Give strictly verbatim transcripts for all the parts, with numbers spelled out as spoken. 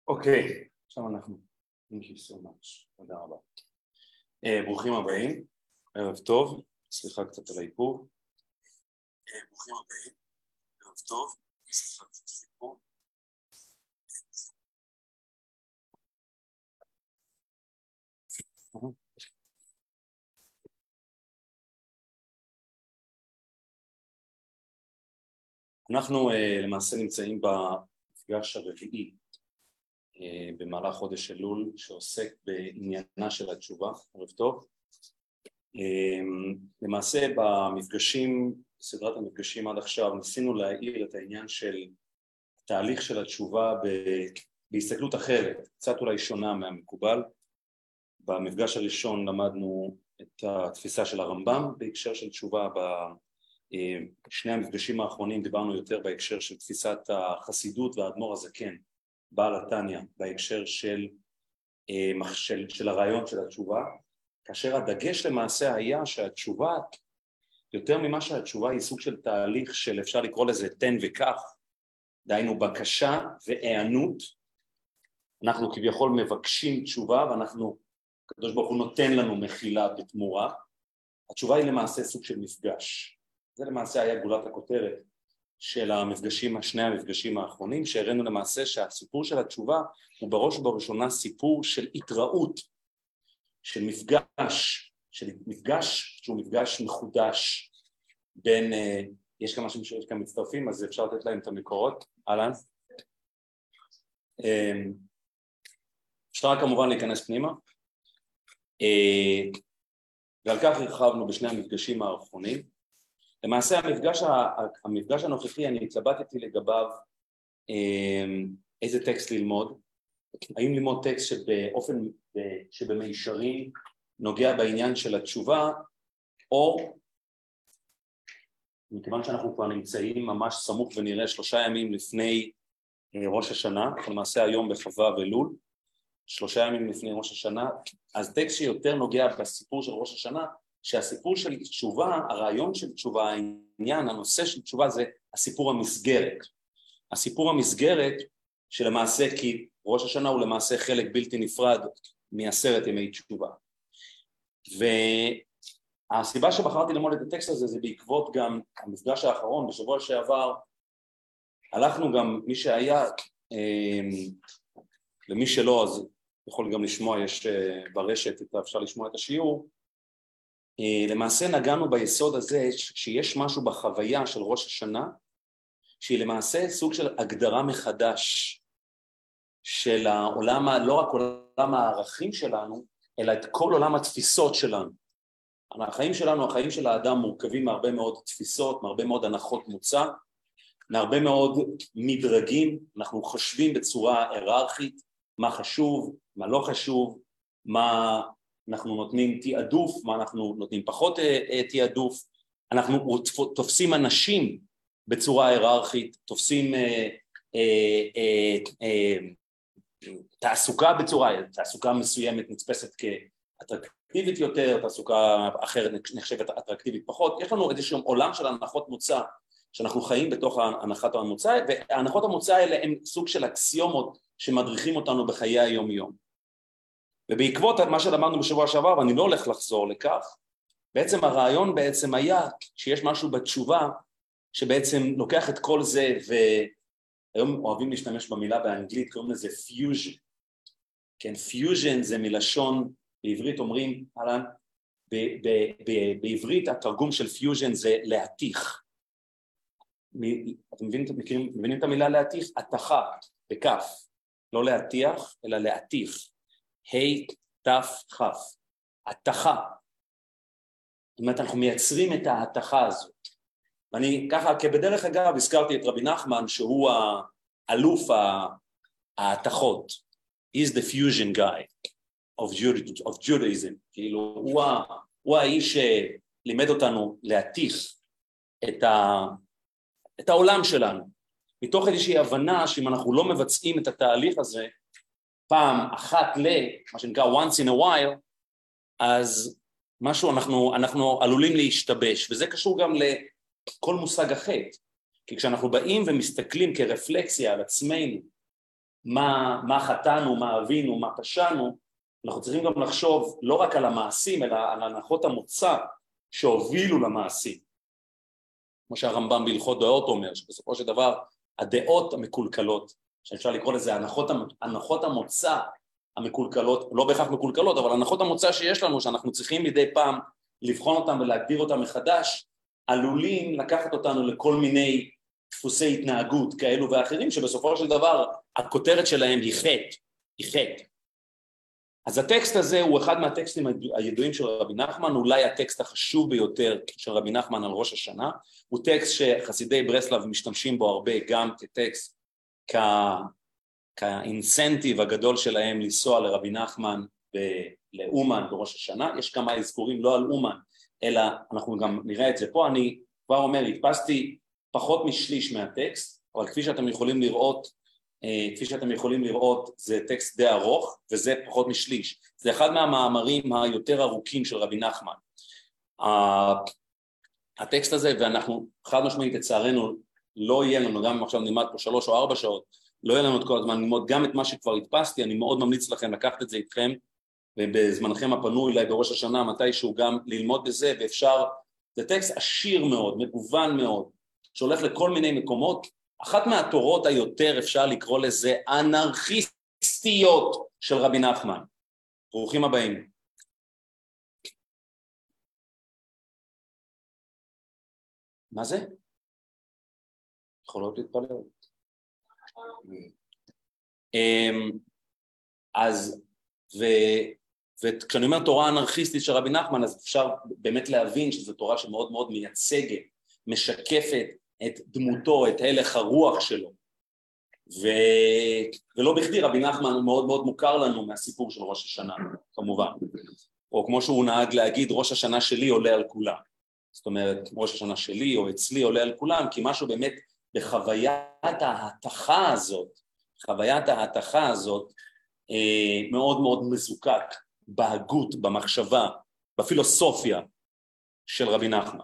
אוקיי, עכשיו אנחנו. Thank you so much. תודה רבה. ברוכים הבאים, ערב טוב, סליחה קצת על האיפור. ברוכים הבאים, ערב טוב, סליחה קצת על האיפור. אנחנו למעשה נמצאים במפגש הרביעי במהלך חודש אלול שעוסק בעניינה של התשובה. ערב טוב. למעשה במפגשים, בסדרת המפגשים עד עכשיו, ניסינו להעיר את העניין של תהליך של התשובה בהסתכלות אחרת, קצת אולי שונה מהמקובל. במפגש הראשון למדנו את התפיסה של הרמב"ם בהקשר של תשובה, בשני המפגשים האחרונים דיברנו יותר בהקשר של תפיסת החסידות והאדמו"ר הזקן, בעל התניא, בהקשר של, של, של הרעיון של התשובה, כאשר הדגש למעשה היה שהתשובה, יותר ממה שהתשובה היא סוג של תהליך של אפשר לקרוא לזה תן וכך, דהיינו בקשה והיענות, אנחנו כביכול מבקשים תשובה ואנחנו, הקדוש ברוך הוא נותן לנו מחילה בתמורה, התשובה היא למעשה סוג של מפגש, זה למעשה היה גולת הכותרת של המפגשים, שני המפגשים האחרונים, שהראינו למעשה שהסיפור של התשובה הוא בראש ובראשונה סיפור של התראות, של מפגש, של מפגש שהוא מפגש מחודש בין, יש כמה שיש כאן מצטרפים, אז אפשר לתת להם את המקורות, אהלן. אפשר כמובן להיכנס פנימה, ועל כך הרחבנו בשני המפגשים האחרונים. למעשה המפגש, המפגש הנוכחי, אני התלבטתי לגביו איזה טקסט ללמוד, האם ללמוד טקסט שבאופן, שבמישרין נוגע בעניין של התשובה, או מכיוון שאנחנו כבר נמצאים ממש סמוך ונראה שלושה ימים לפני ראש השנה, למעשה היום בחווה ולול, שלושה ימים לפני ראש השנה, אז טקסט שיותר נוגע בסיפור של ראש השנה, שהסיפור של תשובה, הרעיון של תשובה, העניין, הנושא של תשובה זה הסיפור המסגרת. הסיפור המסגרת שלמעשה, כי ראש השנה הוא למעשה חלק בלתי נפרד מעשרת ימי תשובה. והסיבה שבחרתי ללמוד את הטקסט הזה זה בעקבות גם המפגש האחרון בשבוע שעבר, הלכנו גם מי שהיה, למי שלא אז יכול גם לשמוע, יש ברשת, אפשר לשמוע את השיעור, למעשה נגענו ביסוד הזה שיש משהו בחוויה של ראש השנה שהיא למעשה סוג של הגדרה מחדש של העולם, לא רק עולם הערכים שלנו, אלא את כל עולם התפיסות שלנו. החיים שלנו, החיים של האדם מורכבים מהרבה מאוד תפיסות, מהרבה מאוד הנחות מוצא, מהרבה מאוד מדרגים, אנחנו חושבים בצורה היררכית, מה חשוב, מה לא חשוב, מה אנחנו נותנים תיעדוף, מה אנחנו נותנים פחות תיעדוף, אנחנו תופסים אנשים בצורה היררכית, תופסים אה, אה, אה, אה, תעסוקה בצורה, תעסוקה מסוימת נתפסת כאטרקטיבית יותר, תעסוקה אחרת נחשבת אטרקטיבית פחות, יש לנו איזשהו עולם של הנחות מוצא, שאנחנו חיים בתוך הנחת המוצא, והנחות המוצא האלה הם סוג של אקסיומות שמדריכים אותנו בחיי היום יום. ובעקבות מה שלמדנו בשבוע שעבר, ואני לא הולך לחזור לכך, בעצם הרעיון בעצם היה שיש משהו בתשובה, שבעצם לוקח את כל זה, והיום אוהבים להשתמש במילה באנגלית, קוראים לזה פיוז'ן. כן, פיוז'ן זה מלשון, בעברית אומרים, הלן, בעברית התרגום של פיוז'ן זה להתיך. אתם מבינים, מבינים את המילה להתיך? התחה, בכף, לא להתיח, אלא להתיך. ה' תף חף, התחה. זאת אומרת, אנחנו מייצרים את ההתחה הזאת. ואני ככה, כבדרך אגב, הזכרתי את רבי נחמן, שהוא האלוף ההתחות. He's the fusion guy of, Juda, of Judaism. כאילו, הוא, הוא האיש שלימד אותנו להתיך את, ה, את העולם שלנו. מתוך איזושהי הבנה שאם אנחנו לא מבצעים את התהליך הזה, פעם אחת ל, מה שנקרא once in a while, אז משהו אנחנו, אנחנו עלולים להשתבש, וזה קשור גם לכל מושג החטא, כי כשאנחנו באים ומסתכלים כרפלקסיה על עצמנו, מה, מה חטאנו, מה אבינו, מה פשענו, אנחנו צריכים גם לחשוב לא רק על המעשים, אלא על הנחות המוצא שהובילו למעשים. כמו שהרמב"ם בהלכות דעות אומר, שבסופו של דבר הדעות המקולקלות, שאפשר לקרוא לזה הנחות, הנחות המוצא המקולקלות, לא בהכרח מקולקלות, אבל הנחות המוצא שיש לנו, שאנחנו צריכים מדי פעם לבחון אותם ולהגדיר אותם מחדש, עלולים לקחת אותנו לכל מיני דפוסי התנהגות כאלו ואחרים, שבסופו של דבר הכותרת שלהם היא חטא, היא חטא. אז הטקסט הזה הוא אחד מהטקסטים הידועים של רבי נחמן, אולי הטקסט החשוב ביותר של רבי נחמן על ראש השנה, הוא טקסט שחסידי ברסלב משתמשים בו הרבה גם כטקסט, כאינסנטיב הגדול שלהם לנסוע לרבי נחמן לאומן בראש השנה. יש כמה אזכורים לא על אומן, אלא אנחנו גם נראה את זה פה. אני כבר אומר, הדפסתי פחות משליש מהטקסט, אבל כפי שאתם יכולים לראות, כפי שאתם יכולים לראות, זה טקסט די ארוך, וזה פחות משליש. זה אחד מהמאמרים היותר ארוכים של רבי נחמן. הטקסט הזה, ואנחנו חד משמעית לצערנו, לא יהיה לנו, גם אם עכשיו נלמד פה שלוש או ארבע שעות, לא יהיה לנו את כל הזמן ללמוד גם את מה שכבר הדפסתי. אני מאוד ממליץ לכם לקחת את זה איתכם, ובזמנכם הפנוי אולי בראש השנה, מתישהו גם ללמוד בזה, ואפשר, זה טקסט עשיר מאוד, מגוון מאוד, שהולך לכל מיני מקומות. אחת מהתורות היותר אפשר לקרוא לזה אנרכיסטיות של רבי נחמן. ברוכים הבאים. מה זה? יכולות להתפלל. אז, ו, וכשאני אומר תורה אנרכיסטית של רבי נחמן, אז אפשר באמת להבין שזו תורה שמאוד מאוד מייצגת, משקפת את דמותו, את הלך הרוח שלו. ו... ולא בכדי רבי נחמן הוא מאוד מאוד מוכר לנו מהסיפור של ראש השנה, כמובן. או כמו שהוא נהג להגיד, ראש השנה שלי עולה על כולם. זאת אומרת, ראש השנה שלי או אצלי עולה על כולם, כי משהו באמת בחוויית ההתכה הזאת, חוויית ההתכה הזאת אה, מאוד מאוד מזוקק בהגות, במחשבה, בפילוסופיה של רבי נחמן.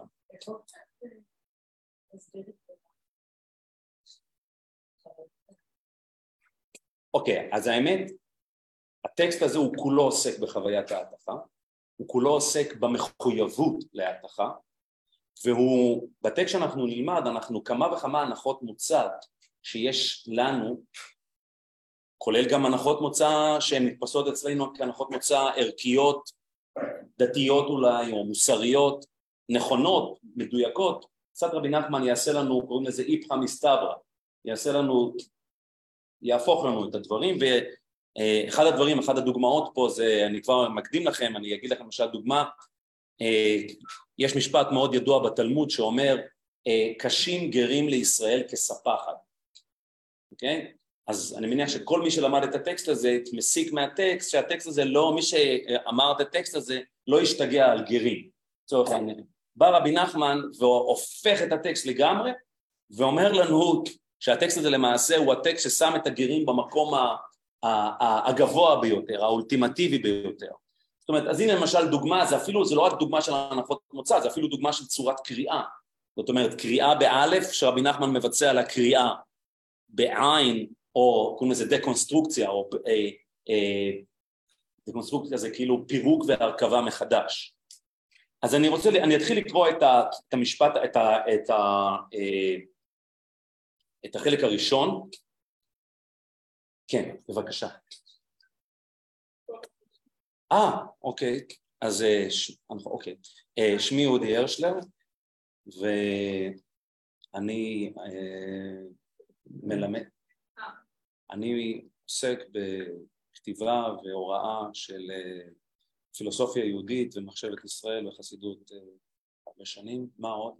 אוקיי, אז האמת, הטקסט הזה הוא כולו עוסק בחוויית ההתכה, הוא כולו עוסק במחויבות להתכה, והוא, בטקסט שאנחנו נלמד, אנחנו כמה וכמה הנחות מוצא שיש לנו, כולל גם הנחות מוצא שהן נתפסות אצלנו כהנחות מוצא ערכיות, דתיות אולי, או מוסריות, נכונות, מדויקות. קצת רבי נחמן יעשה לנו, קוראים לזה איפכא מסתברא, יעשה לנו, יהפוך לנו את הדברים, ואחד הדברים, אחד הדוגמאות פה זה, אני כבר מקדים לכם, אני אגיד לכם למשל דוגמה, יש משפט מאוד ידוע בתלמוד שאומר, קשים גרים לישראל כספחת, אוקיי? אז אני מניח שכל מי שלמד את הטקסט הזה, מסיק מהטקסט, שהטקסט הזה לא, מי שאמר את הטקסט הזה, לא ישתגע על גרים. לצורך העניין. בא רבי נחמן והופך את הטקסט לגמרי, ואומר לנו שהטקסט הזה למעשה הוא הטקסט ששם את הגרים במקום הגבוה ביותר, האולטימטיבי ביותר. זאת אומרת, אז הנה למשל דוגמה, זה אפילו, זה לא רק דוגמה של הנחות מוצא, זה אפילו דוגמה של צורת קריאה. זאת אומרת, קריאה באלף, שרבי נחמן מבצע על הקריאה בעין, או קוראים לזה דקונסטרוקציה, או אה, אה, דקונסטרוקציה זה כאילו פירוק והרכבה מחדש. אז אני רוצה, אני אתחיל לקרוא את, ה, את המשפט, את, ה, את, ה, אה, את החלק הראשון. כן, בבקשה. אה, אוקיי, אז ש, אוקיי. שמי אודי הרשלר, ואני אה, מלמד, אני עוסק בכתיבה והוראה של פילוסופיה יהודית ומחשבת ישראל וחסידות הרבה שנים. מה עוד?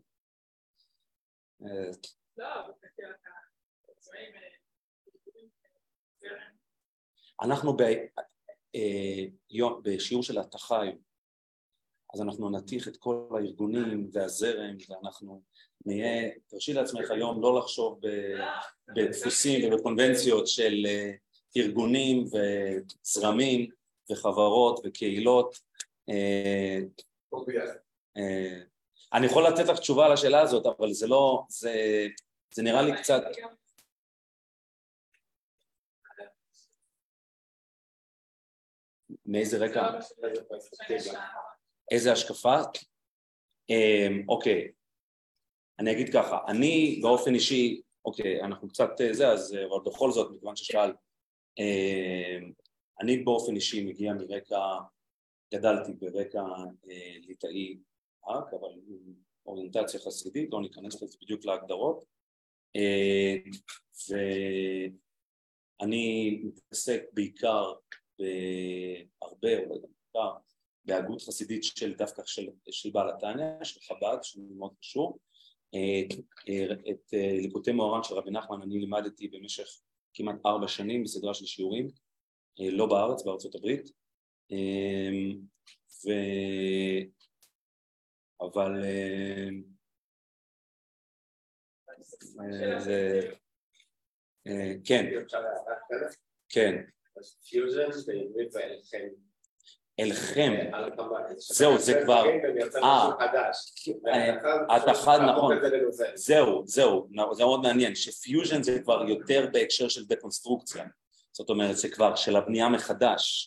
אנחנו בשיעור של התחה היום, אז אנחנו נתיך את כל הארגונים והזרם, ואנחנו נהיה, תרשי לעצמך היום לא לחשוב בדפוסים ובקונבנציות של ארגונים וזרמים וחברות וקהילות. אני יכול לתת לך תשובה על השאלה הזאת, אבל זה לא, זה, זה נראה לי קצת... מאיזה רקע? איזה השקפה? אוקיי, אני אגיד ככה, אני באופן אישי, אוקיי, אנחנו קצת זה, אז אבל בכל זאת, מכיוון ששאל, אני באופן אישי מגיע מרקע, גדלתי ברקע ליטאי, אבל אוריינטציה חסידית, לא ניכנס לזה בדיוק להגדרות, ואני מתעסק בעיקר בהרבה, אולי גם בעיקר, בהגות חסידית של דווקא של, של בעל התניא, של חב"ד, שהוא מאוד קשור. את ליקוטי מאורן של רבי נחמן אני לימדתי במשך כמעט ארבע שנים בסדרה של שיעורים, לא בארץ, בארצות הברית, ו... אבל זה... כן, כן. אלכם, זהו, זה כבר, אה, אתה חד, נכון, זהו, זהו, זה מאוד מעניין, שפיוז'ן זה כבר יותר בהקשר של דקונסטרוקציה, זאת אומרת, זה כבר של הבנייה מחדש,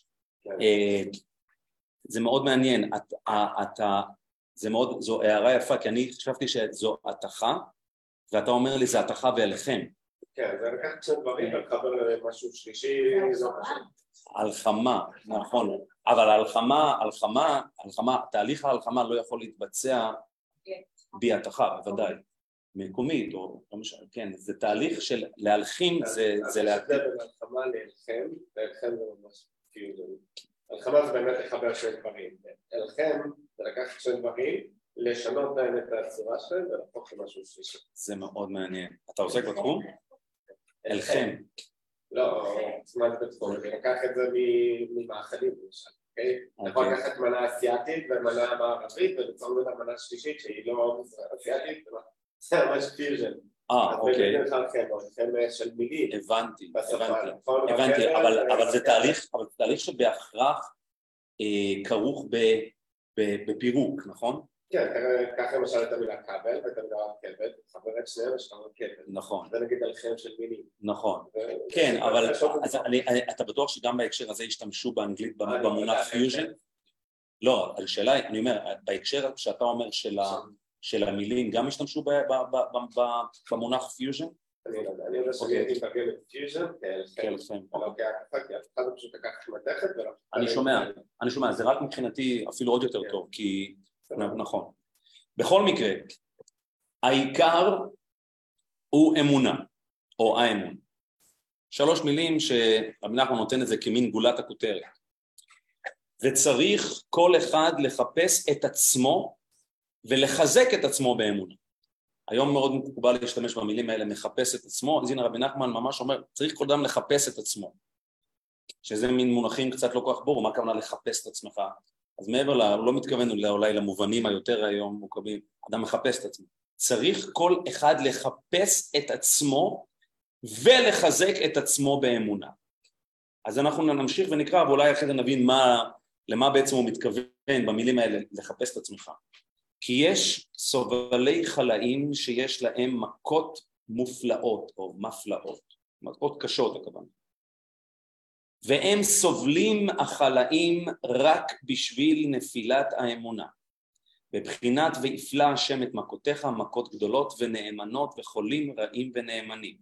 זה מאוד מעניין, אתה, זה מאוד, זו הערה יפה, כי אני חשבתי שזו התחה, ואתה אומר לי, זה התחה ואלכם. כן, זה לקחת קצת דברים, ולחבר משהו שלישי, לא חשוב. הלחמה, נכון, אבל ההלחמה, הלחמה, הלחמה, תהליך ההלחמה לא יכול להתבצע בהתחה, בוודאי, מקומית, או לא משנה, כן, זה תהליך של להלחים, זה להתחיל. אז בין הלחמה להלחם, להלחם זה ממש כאילו, הלחמה זה באמת לחבר שני דברים, הלחם זה לקחת שני דברים, לשנות להם את הצורה שלהם ולהפוך למשהו שלישי. זה מאוד מעניין. אתה עוסק בתחום? הלחם. לא, זמן בתחום, אני לקח את זה ממאכלים, למשל, אוקיי? אתה יכול לקחת מנה אסיאטית ומנה מערבית וליצור ממנה מנה שלישית שהיא לא אסיאטית, זה ממש פיוז'ן. אה, אוקיי. אז באמת הלחם של מילים. הבנתי, הבנתי, הבנתי, אבל זה תהליך, אבל זה תהליך שבהכרח כרוך בפירוק, נכון? כן, ככה למשל את המילה כבל ואת המילה כבד, חבר את שניהם ושאתה אומר כבד. נכון. זה נגיד הלחם של מילים. נכון. כן, אבל אתה בטוח שגם בהקשר הזה השתמשו באנגלית במונח פיוז'ן? לא, השאלה, אני אומר, בהקשר שאתה אומר של המילים, גם השתמשו במונח פיוז'ן? אני לא יודע, אני יודע שאני הייתי מתרגם את פיוז'ן כאלכם. כי אף אחד פשוט לקח מתכת ולא... אני שומע, אני שומע, זה רק מבחינתי אפילו עוד יותר טוב, כי... נכון. בכל מקרה, העיקר הוא אמונה, או האמון. שלוש מילים שרבי נחמן נותן את זה כמין גולת הכותרת. וצריך כל אחד לחפש את עצמו ולחזק את עצמו באמונה. היום מאוד מקובל להשתמש במילים האלה, מחפש את עצמו, אז הנה רבי נחמן ממש אומר, צריך כל אדם לחפש את עצמו. שזה מין מונחים קצת לא כל כך ברור, מה הכוונה לחפש את עצמך? אז מעבר לה, לא מתכוון אולי למובנים היותר היום מוקבים, אדם מחפש את עצמו. צריך כל אחד לחפש את עצמו ולחזק את עצמו באמונה. אז אנחנו נמשיך ונקרא, ואולי אחרי זה נבין מה, למה בעצם הוא מתכוון במילים האלה, לחפש את עצמך. כי יש סובלי חלאים שיש להם מכות מופלאות או מפלאות, מכות קשות הכוונה. והם סובלים החלאים רק בשביל נפילת האמונה. בבחינת ויפלה השם את מכותיך, מכות גדולות ונאמנות וחולים רעים ונאמנים.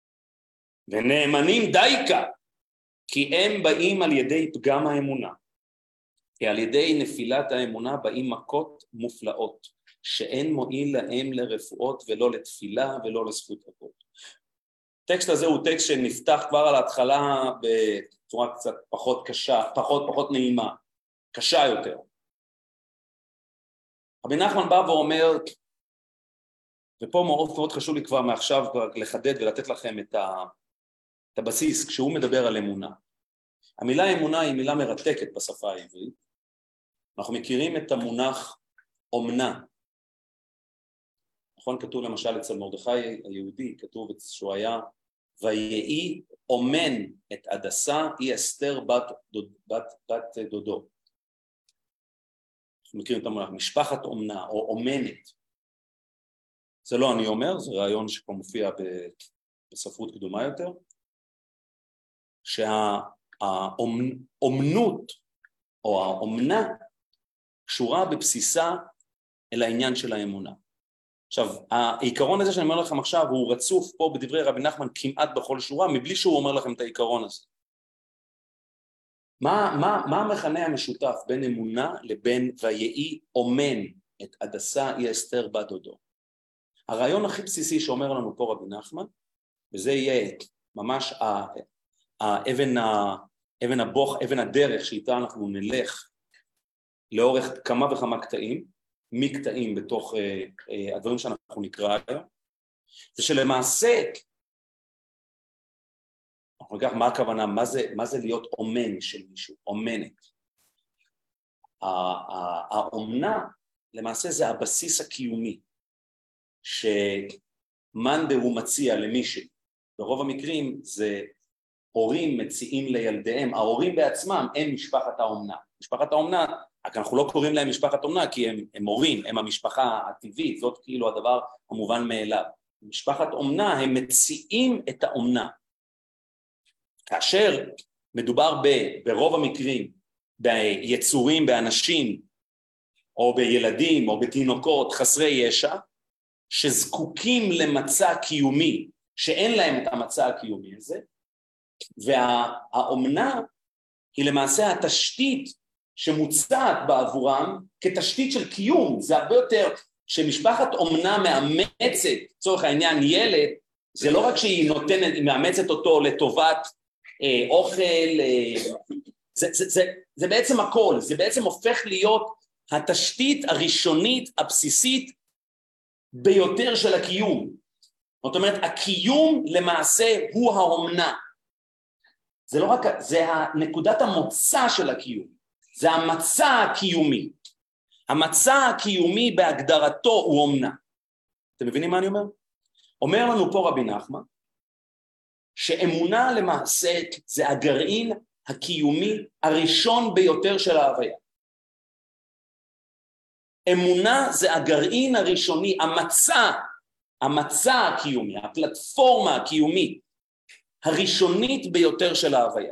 ונאמנים דייקה, כי הם באים על ידי פגם האמונה. כי על ידי נפילת האמונה באים מכות מופלאות, שאין מועיל להם לרפואות ולא לתפילה ולא לזכות רבות. הטקסט הזה הוא טקסט שנפתח כבר על ההתחלה בצורה קצת פחות קשה, פחות פחות נעימה, קשה יותר. רבי נחמן בא ואומר, ופה מאוד מאוד חשוב לי כבר מעכשיו כבר לחדד ולתת לכם את, ה, את הבסיס כשהוא מדבר על אמונה. המילה אמונה היא מילה מרתקת בשפה העברית. אנחנו מכירים את המונח אומנה. נכון, כתוב למשל אצל מרדכי היהודי, כתוב שהוא היה ויהי אומן את הדסה, היא אסתר בת, דוד, בת, בת דודו. אנחנו מכירים את המונח, משפחת אומנה או אומנת. זה לא אני אומר, זה רעיון שכבר מופיע בספרות קדומה יותר, שהאומנות או האומנה, קשורה בבסיסה אל העניין של האמונה. עכשיו, העיקרון הזה שאני אומר לכם עכשיו, הוא רצוף פה בדברי רבי נחמן כמעט בכל שורה, מבלי שהוא אומר לכם את העיקרון הזה. מה, מה, מה המכנה המשותף בין אמונה לבין ויהי אומן את הדסה היא אסתר בת דודו? הרעיון הכי בסיסי שאומר לנו פה רבי נחמן, וזה יהיה ממש האבן, האבן הבוך, אבן הדרך שאיתה אנחנו נלך לאורך כמה וכמה קטעים, מקטעים בתוך אה, אה, הדברים שאנחנו נקרא היום, זה שלמעשה, אנחנו ניקח מה הכוונה, מה זה, מה זה להיות אומן של מישהו, אומנת. האומנה למעשה זה הבסיס הקיומי, שמאן דהוא מציע למישהו, ברוב המקרים זה הורים מציעים לילדיהם, ההורים בעצמם הם משפחת האומנה. משפחת האומנה, אנחנו לא קוראים להם משפחת אומנה כי הם, הם הורים, הם המשפחה הטבעית, זאת כאילו הדבר המובן מאליו. משפחת אומנה הם מציעים את האומנה. כאשר מדובר ב, ברוב המקרים ביצורים, באנשים, או בילדים, או בתינוקות חסרי ישע, שזקוקים למצע קיומי, שאין להם את המצע הקיומי הזה, והאומנה היא למעשה התשתית שמוצעת בעבורם כתשתית של קיום. זה הרבה יותר שמשפחת אומנה מאמצת, צורך העניין ילד, זה לא רק שהיא נותנת, היא מאמצת אותו לטובת אה, אוכל, אה, זה, זה, זה, זה בעצם הכל, זה בעצם הופך להיות התשתית הראשונית, הבסיסית ביותר של הקיום. זאת אומרת, הקיום למעשה הוא האומנה. זה לא רק, זה נקודת המוצא של הקיום, זה המצע הקיומי. המצע הקיומי בהגדרתו הוא אומנה. אתם מבינים מה אני אומר? אומר לנו פה רבי נחמן, שאמונה למעשה זה הגרעין הקיומי הראשון ביותר של ההוויה. אמונה זה הגרעין הראשוני, המצע, המצע הקיומי, הפלטפורמה הקיומית, הראשונית ביותר של ההוויה.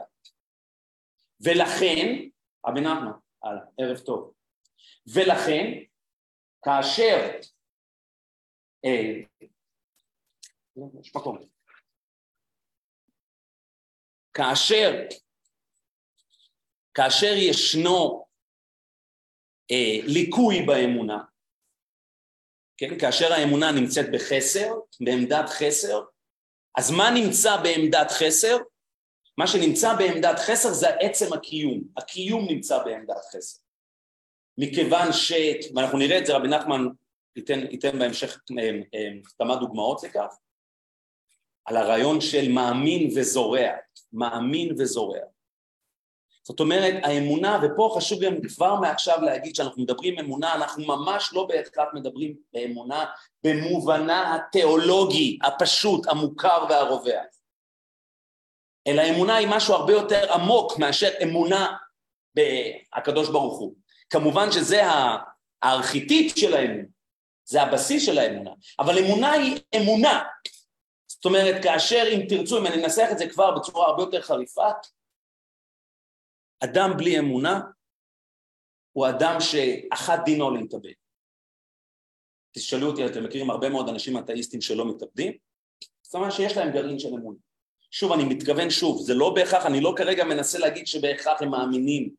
ולכן, רבי נחמן, הלאה, ערב טוב. ולכן, כאשר, אה, יש מקום, כאשר, כאשר ישנו אה, ליקוי באמונה, כן? כאשר האמונה נמצאת בחסר, בעמדת חסר, אז מה נמצא בעמדת חסר? מה שנמצא בעמדת חסר זה עצם הקיום. הקיום נמצא בעמדת חסר. מכיוון ש... ואנחנו נראה את זה, רבי נחמן ייתן, ייתן בהמשך כמה דוגמאות לכך, על הרעיון של מאמין וזורע. מאמין וזורע. זאת אומרת, האמונה, ופה חשוב גם כבר מעכשיו להגיד שאנחנו מדברים אמונה, אנחנו ממש לא בהכרח מדברים באמונה במובנה התיאולוגי, הפשוט, המוכר והרווח. אלא אמונה היא משהו הרבה יותר עמוק מאשר אמונה בהקדוש ברוך הוא. כמובן שזה הארכיטיפ של האמונה, זה הבסיס של האמונה, אבל אמונה היא אמונה. זאת אומרת, כאשר אם תרצו, אם אני אנסח את זה כבר בצורה הרבה יותר חריפה, אדם בלי אמונה הוא אדם שאחת דינו להתאבד. תשאלו אותי, אתם מכירים הרבה מאוד אנשים אתאיסטים שלא מתאבדים? זאת אומרת שיש להם גרעין של אמונה. שוב, אני מתכוון שוב, זה לא בהכרח, אני לא כרגע מנסה להגיד שבהכרח הם מאמינים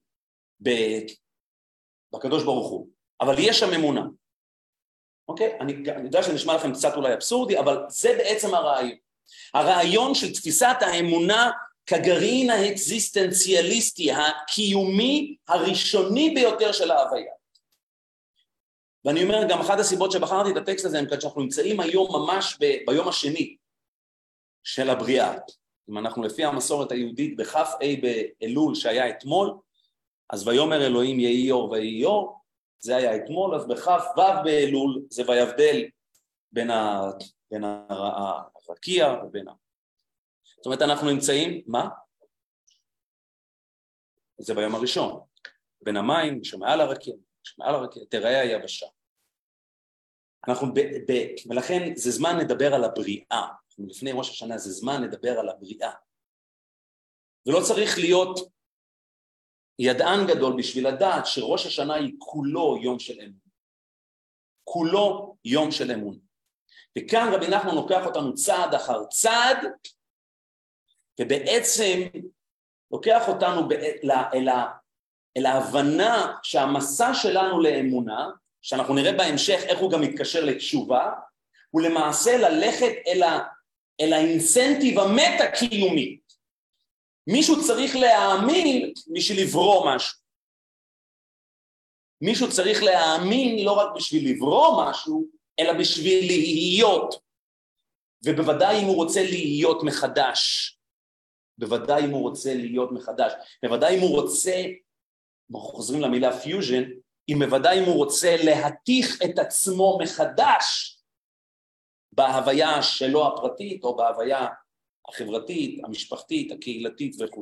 בקדוש ברוך הוא, אבל יש שם אמונה. אוקיי? אני, אני יודע שנשמע לכם קצת אולי אבסורדי, אבל זה בעצם הרעיון. הרעיון של תפיסת האמונה כגרעין האקזיסטנציאליסטי, הקיומי הראשוני ביותר של ההוויה. ואני אומר, גם אחת הסיבות שבחרתי את הטקסט הזה, הם כאן שאנחנו נמצאים היום ממש ב- ביום השני של הבריאה. אם אנחנו לפי המסורת היהודית בכף A באלול שהיה אתמול, אז ויאמר אלוהים יהי אור ויהי אור, זה היה אתמול, אז בכף ו' באלול זה ויבדל בין, ה... בין הרקיע ובין ה... זאת אומרת, אנחנו נמצאים, מה? זה ביום הראשון, בין המים, שמעל הרקיע, שמעל הרקיע, תראה היבשה. אנחנו ב... ב... ולכן זה זמן לדבר על הבריאה, לפני ראש השנה זה זמן לדבר על הבריאה. ולא צריך להיות ידען גדול בשביל לדעת שראש השנה היא כולו יום של אמון. כולו יום של אמון. וכאן רבי נחמן לוקח אותנו צעד אחר צעד, ובעצם לוקח אותנו אל, אל, אל ההבנה שהמסע שלנו לאמונה, שאנחנו נראה בהמשך איך הוא גם מתקשר לתשובה, הוא למעשה ללכת אל, ה, אל האינסנטיב המטה-קיומי. מישהו צריך להאמין בשביל לברוא משהו. מישהו צריך להאמין לא רק בשביל לברוא משהו, אלא בשביל להיות. ובוודאי אם הוא רוצה להיות מחדש. בוודאי אם הוא רוצה להיות מחדש. בוודאי אם הוא רוצה, אנחנו חוזרים למילה פיוז'ן, אם בוודאי אם הוא רוצה להתיך את עצמו מחדש, בהוויה שלו הפרטית, או בהוויה החברתית, המשפחתית, הקהילתית וכו'.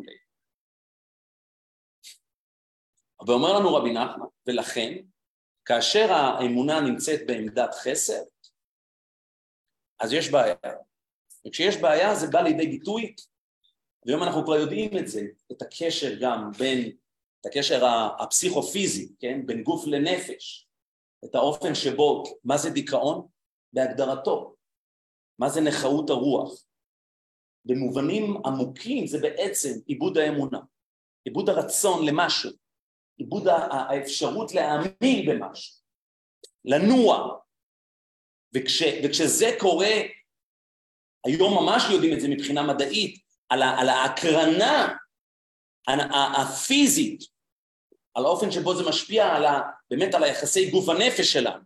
ואומר לנו רבי נחמן, ולכן, כאשר האמונה נמצאת בעמדת חסר, אז יש בעיה. וכשיש בעיה זה בא לידי ביטוי, והיום אנחנו כבר יודעים את זה, את הקשר גם בין, את הקשר הפסיכופיזי, כן? בין גוף לנפש, את האופן שבו, מה זה דיכאון? בהגדרתו. מה זה נכאות הרוח? במובנים עמוקים זה בעצם איבוד האמונה, איבוד הרצון למשהו, איבוד האפשרות להאמין במשהו, לנוע. וכש, וכשזה קורה, היום ממש יודעים את זה מבחינה מדעית, על, ה, על ההקרנה הפיזית, על האופן שבו זה משפיע על ה, באמת על היחסי גוף הנפש שלנו.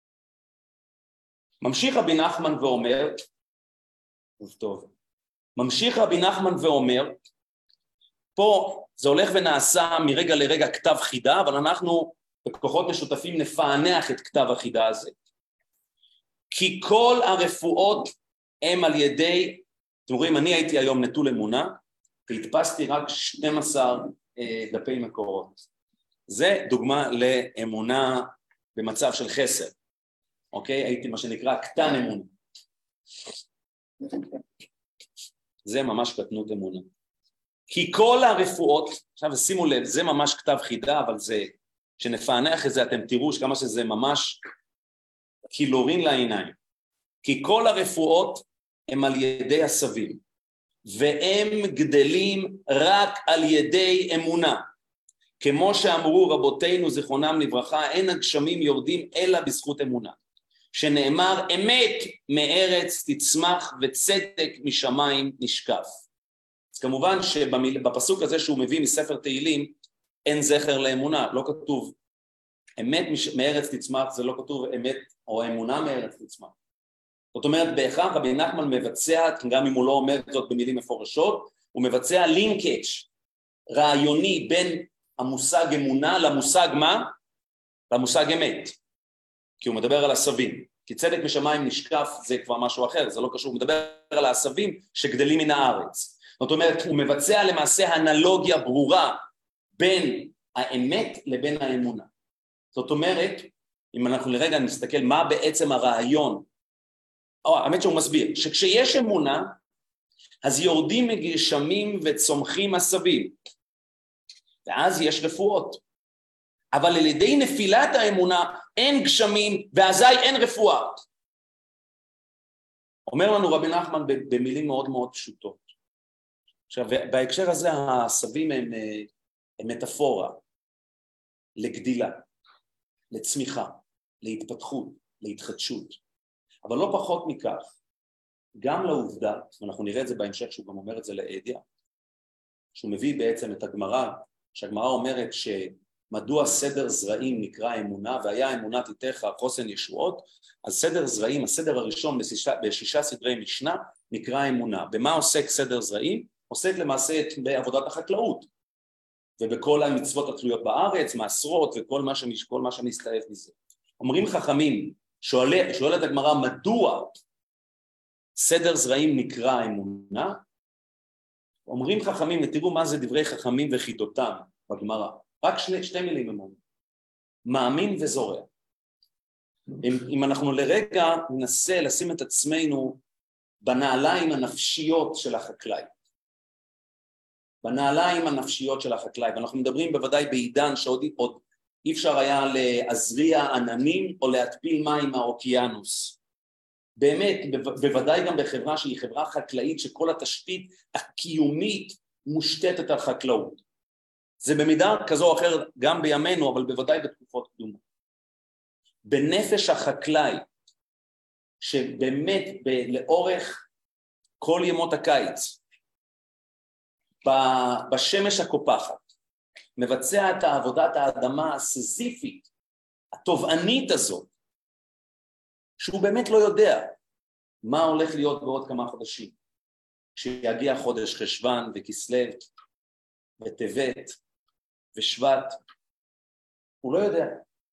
ממשיך רבי נחמן ואומר, טוב, ממשיך רבי נחמן ואומר, פה זה הולך ונעשה מרגע לרגע כתב חידה, אבל אנחנו בכוחות משותפים נפענח את כתב החידה הזה. כי כל הרפואות הם על ידי, אתם רואים, אני הייתי היום נטול אמונה, והדפסתי רק שנים עשר אה, דפי מקורות. זה דוגמה לאמונה במצב של חסר. אוקיי? הייתי מה שנקרא קטן אמונה. זה ממש קטנות אמונה. כי כל הרפואות, עכשיו שימו לב, זה ממש כתב חידה, אבל זה, כשנפענח את זה אתם תראו כמה שזה ממש קילורין לעיניים. כי כל הרפואות הם על ידי הסבים, והם גדלים רק על ידי אמונה. כמו שאמרו רבותינו זיכרונם לברכה, אין הגשמים יורדים אלא בזכות אמונה. שנאמר אמת מארץ תצמח וצדק משמיים נשקף. אז כמובן שבפסוק הזה שהוא מביא מספר תהילים, אין זכר לאמונה, לא כתוב אמת מארץ תצמח, זה לא כתוב אמת או אמונה מארץ תצמח. זאת אומרת, בהכרח רבי נחמן מבצע, גם אם הוא לא אומר זאת במילים מפורשות, הוא מבצע לינקג' רעיוני בין המושג אמונה למושג מה? למושג אמת. כי הוא מדבר על הסבים. כי צדק משמיים נשקף זה כבר משהו אחר, זה לא קשור, הוא מדבר על הסבים שגדלים מן הארץ. זאת אומרת, הוא מבצע למעשה אנלוגיה ברורה בין האמת לבין האמונה. זאת אומרת, אם אנחנו לרגע נסתכל מה בעצם הרעיון, או, האמת שהוא מסביר, שכשיש אמונה, אז יורדים מגשמים וצומחים הסבים, ואז יש רפואות. אבל על ידי נפילת האמונה אין גשמים, ואזי אין רפואה. אומר לנו רבי נחמן במילים מאוד מאוד פשוטות. עכשיו, בהקשר הזה הסבים הם, הם מטאפורה לגדילה, לצמיחה, להתפתחות, להתחדשות. אבל לא פחות מכך, גם לעובדה, ואנחנו נראה את זה בהמשך שהוא גם אומר את זה לעדיה, שהוא מביא בעצם את הגמרא, שהגמרא אומרת שמדוע סדר זרעים נקרא אמונה, והיה אמונה תיתך חוסן ישועות, אז סדר זרעים, הסדר הראשון בשישה, בשישה סדרי משנה, נקרא אמונה. במה עוסק סדר זרעים? עוסק למעשה בעבודת החקלאות, ובכל המצוות התלויות בארץ, מעשרות וכל מה, שמש, כל מה שמסתעף מזה. אומרים חכמים, שואל, שואלת הגמרא, מדוע סדר זרעים נקרא אמונה? אומרים חכמים, ותראו מה זה דברי חכמים וחידותם בגמרא. רק שני, שתי מילים אמונה. מאמין וזורע. אם, אם אנחנו לרגע ננסה לשים את עצמנו בנעליים הנפשיות של החקלאי. בנעליים הנפשיות של החקלאי, ואנחנו מדברים בוודאי בעידן שעוד עוד אי אפשר היה להזריע עננים או להתפיל מים מהאוקיינוס. באמת, בוודאי גם בחברה שהיא חברה חקלאית שכל התשתית הקיומית מושתתת על חקלאות. זה במידה כזו או אחרת גם בימינו, אבל בוודאי בתקופות קדומות. בנפש החקלאי, שבאמת ב- לאורך כל ימות הקיץ, בשמש הקופחת, מבצע את עבודת האדמה הסיזיפית, התובענית הזאת, שהוא באמת לא יודע מה הולך להיות בעוד כמה חודשים. כשיגיע חודש חשוון וכסלו וטבת ושבט, הוא לא יודע.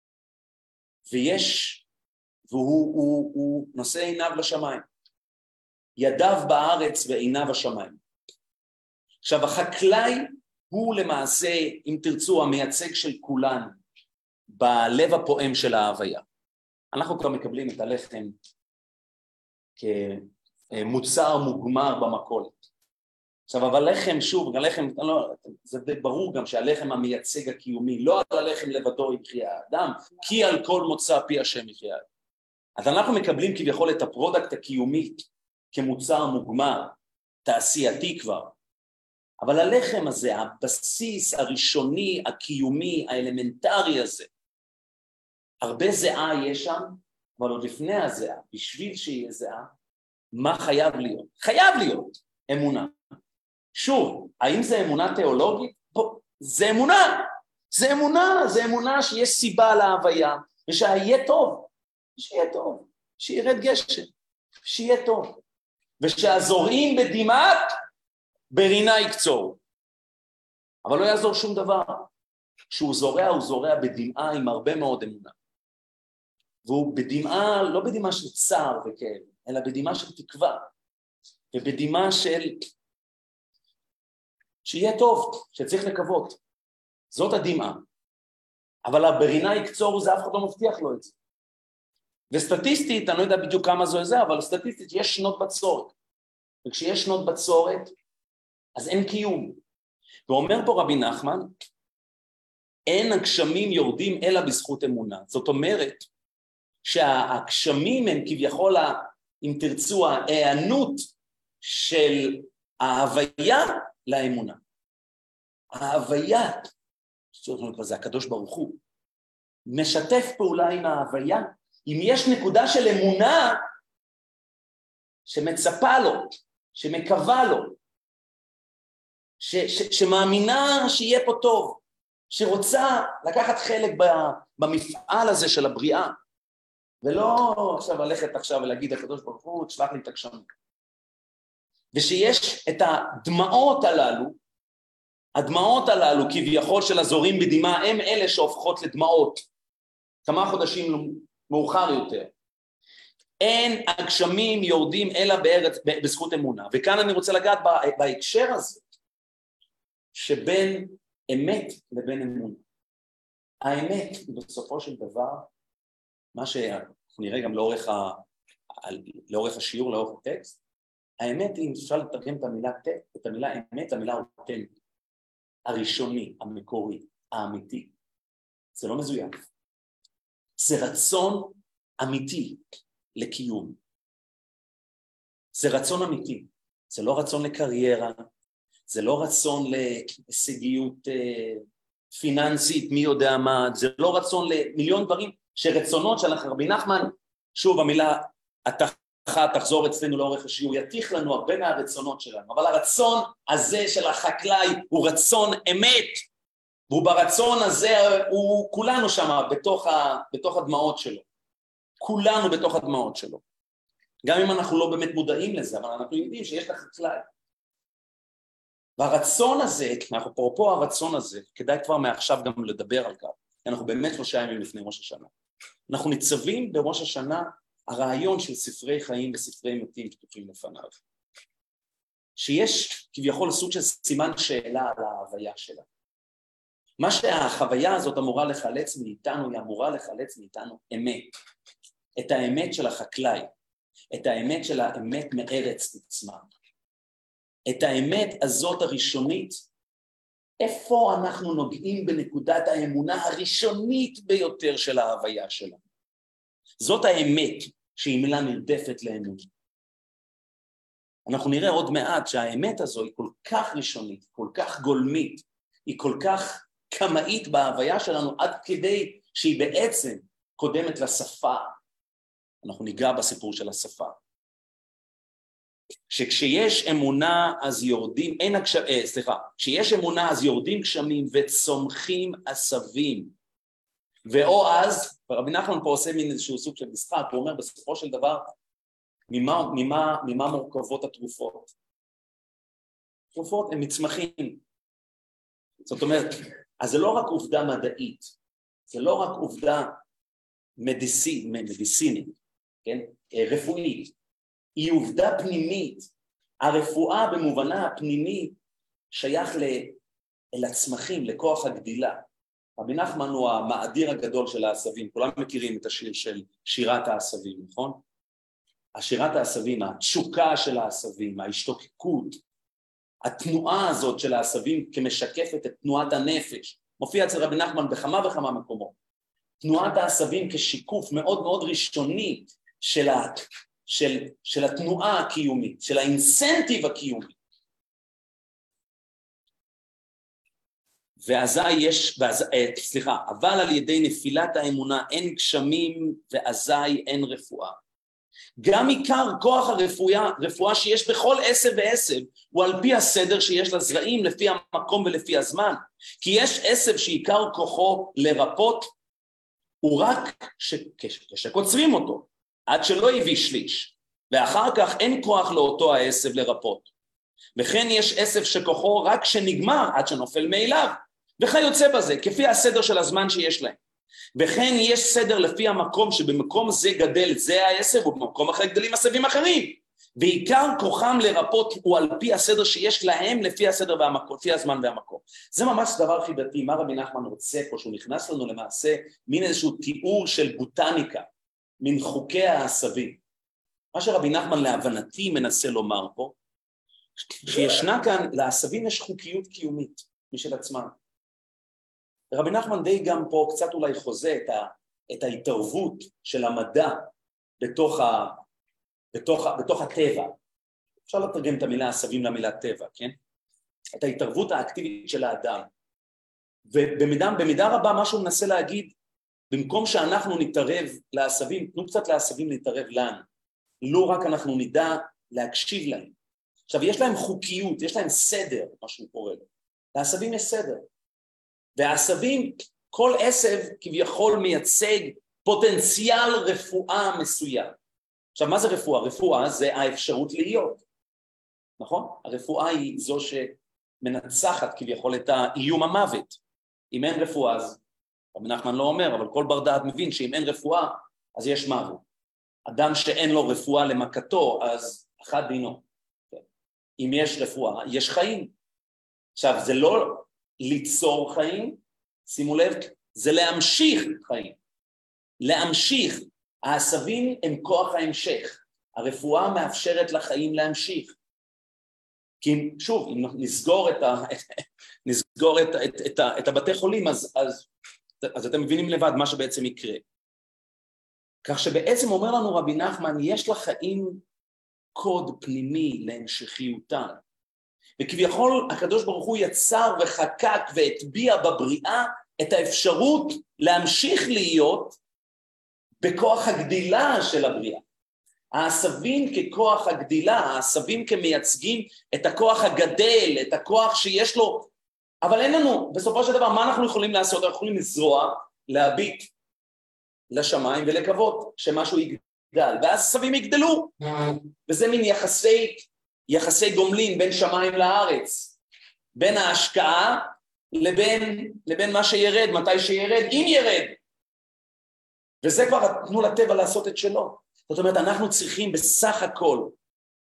ויש, והוא הוא, הוא נושא עיניו לשמיים. ידיו בארץ ועיניו השמיים. עכשיו, החקלאי הוא למעשה, אם תרצו, המייצג של כולנו, בלב הפועם של ההוויה. אנחנו כבר מקבלים את הלחם כמוצר מוגמר במכולת. עכשיו, אבל לחם, שוב, הלחם, לא, זה ברור גם שהלחם המייצג הקיומי, לא על הלחם לבדו יחיה האדם, כי על כל מוצא פי השם יחיה האדם. אז אנחנו מקבלים כביכול את הפרודקט הקיומי כמוצר מוגמר, תעשייתי כבר. אבל הלחם הזה, הבסיס הראשוני, הקיומי, האלמנטרי הזה, הרבה זהה יש שם, אבל עוד לפני הזהה, בשביל שיהיה זהה, מה חייב להיות? חייב להיות אמונה. שוב, האם זה אמונה תיאולוגית? בוא, זה אמונה. זה אמונה, זה אמונה שיש סיבה להוויה, ושיהיה טוב, שיהיה טוב, שירד גשם, שיהיה טוב. ושהזורעים בדמעת, ברינה יקצור. אבל לא יעזור שום דבר. כשהוא זורע, הוא זורע בדמעה עם הרבה מאוד אמונה. והוא בדמעה, לא בדמעה של צער וכאב, אלא בדמעה של תקווה. ובדמעה של שיהיה טוב, שצריך לקוות. זאת הדמעה. אבל הברינה יקצור, זה אף אחד לא מבטיח לו את זה. וסטטיסטית, אני לא יודע בדיוק כמה זו זה, אבל סטטיסטית יש שנות בצורת. וכשיש שנות בצורת, אז אין קיום. ואומר פה רבי נחמן, אין הגשמים יורדים אלא בזכות אמונה. זאת אומרת, שהגשמים הם כביכול, אם תרצו, ההיענות של ההוויה לאמונה. ההוויה, זה הקדוש ברוך הוא, משתף פעולה עם ההוויה. אם יש נקודה של אמונה שמצפה לו, שמקווה לו, ש, ש, שמאמינה שיהיה פה טוב, שרוצה לקחת חלק במפעל הזה של הבריאה, ולא עכשיו ללכת עכשיו ולהגיד הקדוש ברוך הוא, תשלח לי את הגשמים. ושיש את הדמעות הללו, הדמעות הללו כביכול של הזורים בדמעה, הם אלה שהופכות לדמעות, כמה חודשים מאוחר יותר. אין הגשמים יורדים אלא בארץ, בזכות אמונה. וכאן אני רוצה לגעת בהקשר הזה, שבין אמת לבין אמונה. האמת בסופו של דבר, מה שנראה גם לאורך, ה... לאורך השיעור, לאורך הטקסט, האמת היא, אם אפשר לתרגם את המילה, את המילה אמת, המילה אותנטית, הראשוני, המקורי, האמיתי. זה לא מזויף. זה רצון אמיתי לקיום. זה רצון אמיתי. זה לא רצון לקריירה, זה לא רצון להישגיות אה, פיננסית, מי יודע מה, זה לא רצון למיליון דברים שרצונות של רבי נחמן, שוב המילה התחה תחזור אצלנו לאורך השיעור, יתיך לנו הרבה מהרצונות שלנו, אבל הרצון הזה של החקלאי הוא רצון אמת, והוא ברצון הזה, הוא כולנו שם בתוך, ה, בתוך הדמעות שלו, כולנו בתוך הדמעות שלו, גם אם אנחנו לא באמת מודעים לזה, אבל אנחנו יודעים שיש לחקלאי. והרצון הזה, אנחנו פרופו הרצון הזה, כדאי כבר מעכשיו גם לדבר על כך, כי אנחנו באמת שלושה ימים לפני ראש השנה. אנחנו ניצבים בראש השנה הרעיון של ספרי חיים וספרי מתים פתוחים לפניו. שיש כביכול סוג של סימן שאלה על ההוויה שלה. מה שהחוויה הזאת אמורה לחלץ מאיתנו, היא אמורה לחלץ מאיתנו אמת. את האמת של החקלאי, את האמת של האמת מארץ עצמה. את האמת הזאת הראשונית איפה אנחנו נוגעים בנקודת האמונה הראשונית ביותר של ההוויה שלנו? זאת האמת שהיא מילה נרדפת לאמונה. אנחנו נראה עוד מעט שהאמת הזו היא כל כך ראשונית, כל כך גולמית, היא כל כך קמאית בהוויה שלנו, עד כדי שהיא בעצם קודמת לשפה. אנחנו ניגע בסיפור של השפה. שכשיש אמונה אז יורדים, אין הגש... אה, סליחה, כשיש אמונה אז יורדים גשמים וצומחים עשבים. ואו אז, ורבי נחמן פה עושה מין איזשהו סוג של משחק, הוא אומר בסופו של דבר, ממה, ממה, ממה מורכבות התרופות? תרופות הן מצמחים. זאת אומרת, אז זה לא רק עובדה מדעית, זה לא רק עובדה מדיסי, מדיסינית, כן? רפואית, היא עובדה פנימית. הרפואה במובנה הפנימי שייך אל הצמחים, לכוח הגדילה. רבי נחמן הוא המאדיר הגדול של העשבים, כולם מכירים את השיר של שירת העשבים, נכון? השירת העשבים, התשוקה של העשבים, ההשתוקקות, התנועה הזאת של העשבים כמשקפת את תנועת הנפש, מופיע אצל רבי נחמן בכמה וכמה מקומות. תנועת העשבים כשיקוף מאוד מאוד ראשוני של, ה, של, של התנועה הקיומית, של האינסנטיב הקיומי. ואזי יש, ואזי, סליחה, אבל על ידי נפילת האמונה אין גשמים ואזי אין רפואה. גם עיקר כוח הרפואה, רפואה שיש בכל עשב ועשב, הוא על פי הסדר שיש לזרעים, לפי המקום ולפי הזמן. כי יש עשב שעיקר כוחו לרפות, הוא רק כשקוצרים אותו, עד שלא הביא שליש, ואחר כך אין כוח לאותו העשב לרפות. וכן יש עשב שכוחו רק שנגמר, עד שנופל מאליו, וכיוצא בזה, כפי הסדר של הזמן שיש להם. וכן יש סדר לפי המקום שבמקום זה גדל זה העשב, ובמקום אחר גדלים עשבים אחרים. ועיקר כוחם לרפות הוא על פי הסדר שיש להם לפי הסדר והמקום, לפי הזמן והמקום. זה ממש דבר חידתי, מה רבי נחמן רוצה פה, שהוא נכנס לנו למעשה מין איזשהו תיאור של בוטניקה, מן חוקי העשבים. מה שרבי נחמן להבנתי מנסה לומר פה, שישנה כאן, לעשבים יש חוקיות קיומית משל עצמם. רבי נחמן די גם פה קצת אולי חוזה את, ה, את ההתערבות של המדע בתוך, ה, בתוך, ה, בתוך הטבע. אפשר לתרגם את המילה עשבים למילה טבע, כן? את ההתערבות האקטיבית של האדם. ובמידה במידה רבה מה שהוא מנסה להגיד, במקום שאנחנו נתערב לעשבים, תנו קצת לעשבים להתערב לנו. לא רק אנחנו נדע להקשיב להם. עכשיו, יש להם חוקיות, יש להם סדר, מה שהוא קורא לו. לעשבים יש סדר. והעשבים, כל עשב כביכול מייצג פוטנציאל רפואה מסוים. עכשיו, מה זה רפואה? רפואה זה האפשרות להיות. נכון? הרפואה היא זו שמנצחת כביכול את האיום המוות. אם אין רפואה, אז רבי נחמן לא אומר, אבל כל בר דעת מבין שאם אין רפואה, אז יש מוות. אדם שאין לו רפואה למכתו, אז אחד דינו. אם יש רפואה, יש חיים. עכשיו, זה לא ליצור חיים, שימו לב, זה להמשיך חיים. להמשיך. העשבים הם כוח ההמשך. הרפואה מאפשרת לחיים להמשיך. כי שוב, אם נסגור את, ה, נסגור את, את, את, את הבתי חולים, אז, אז, אז אתם מבינים לבד מה שבעצם יקרה. כך שבעצם אומר לנו רבי נחמן, יש לחיים קוד פנימי להמשכיותן. וכביכול הקדוש ברוך הוא יצר וחקק והטביע בבריאה את האפשרות להמשיך להיות בכוח הגדילה של הבריאה. העשבים ככוח הגדילה, העשבים כמייצגים את הכוח הגדל, את הכוח שיש לו, אבל אין לנו, בסופו של דבר, מה אנחנו יכולים לעשות? אנחנו יכולים לזרוע, להביט לשמיים ולקוות שמשהו יגדל, והעשבים יגדלו, וזה מין יחסי, יחסי גומלין בין שמיים לארץ, בין ההשקעה לבין, לבין מה שירד, מתי שירד, אם ירד, וזה כבר תנו לטבע לעשות את שלו. זאת אומרת, אנחנו צריכים בסך הכל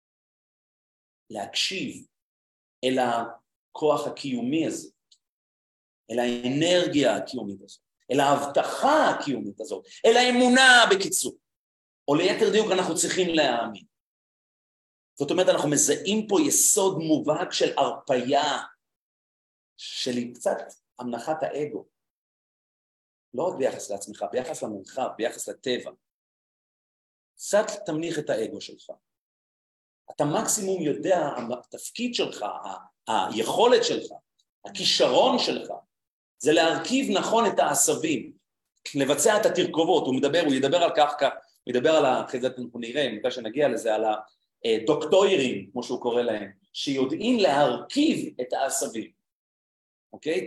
להקשיב אל הכוח הקיומי הזה, אל האנרגיה הקיומית הזאת, אל ההבטחה הקיומית הזאת, אל האמונה בקיצור, או ליתר דיוק אנחנו צריכים להאמין. זאת אומרת, אנחנו מזהים פה יסוד מובהק של הרפיה, של קצת המנחת האגו. לא רק ביחס לעצמך, ביחס למרחב, ביחס לטבע. קצת תמניח את האגו שלך. אתה מקסימום יודע, התפקיד שלך, היכולת שלך, הכישרון שלך, זה להרכיב נכון את העשבים, לבצע את התרכובות. הוא מדבר, הוא ידבר על כך, כך הוא ידבר על, אחרי זה אנחנו נראה, מתי שנגיע לזה, על הדוקטוירים, כמו שהוא קורא להם, שיודעים להרכיב את העשבים. אוקיי?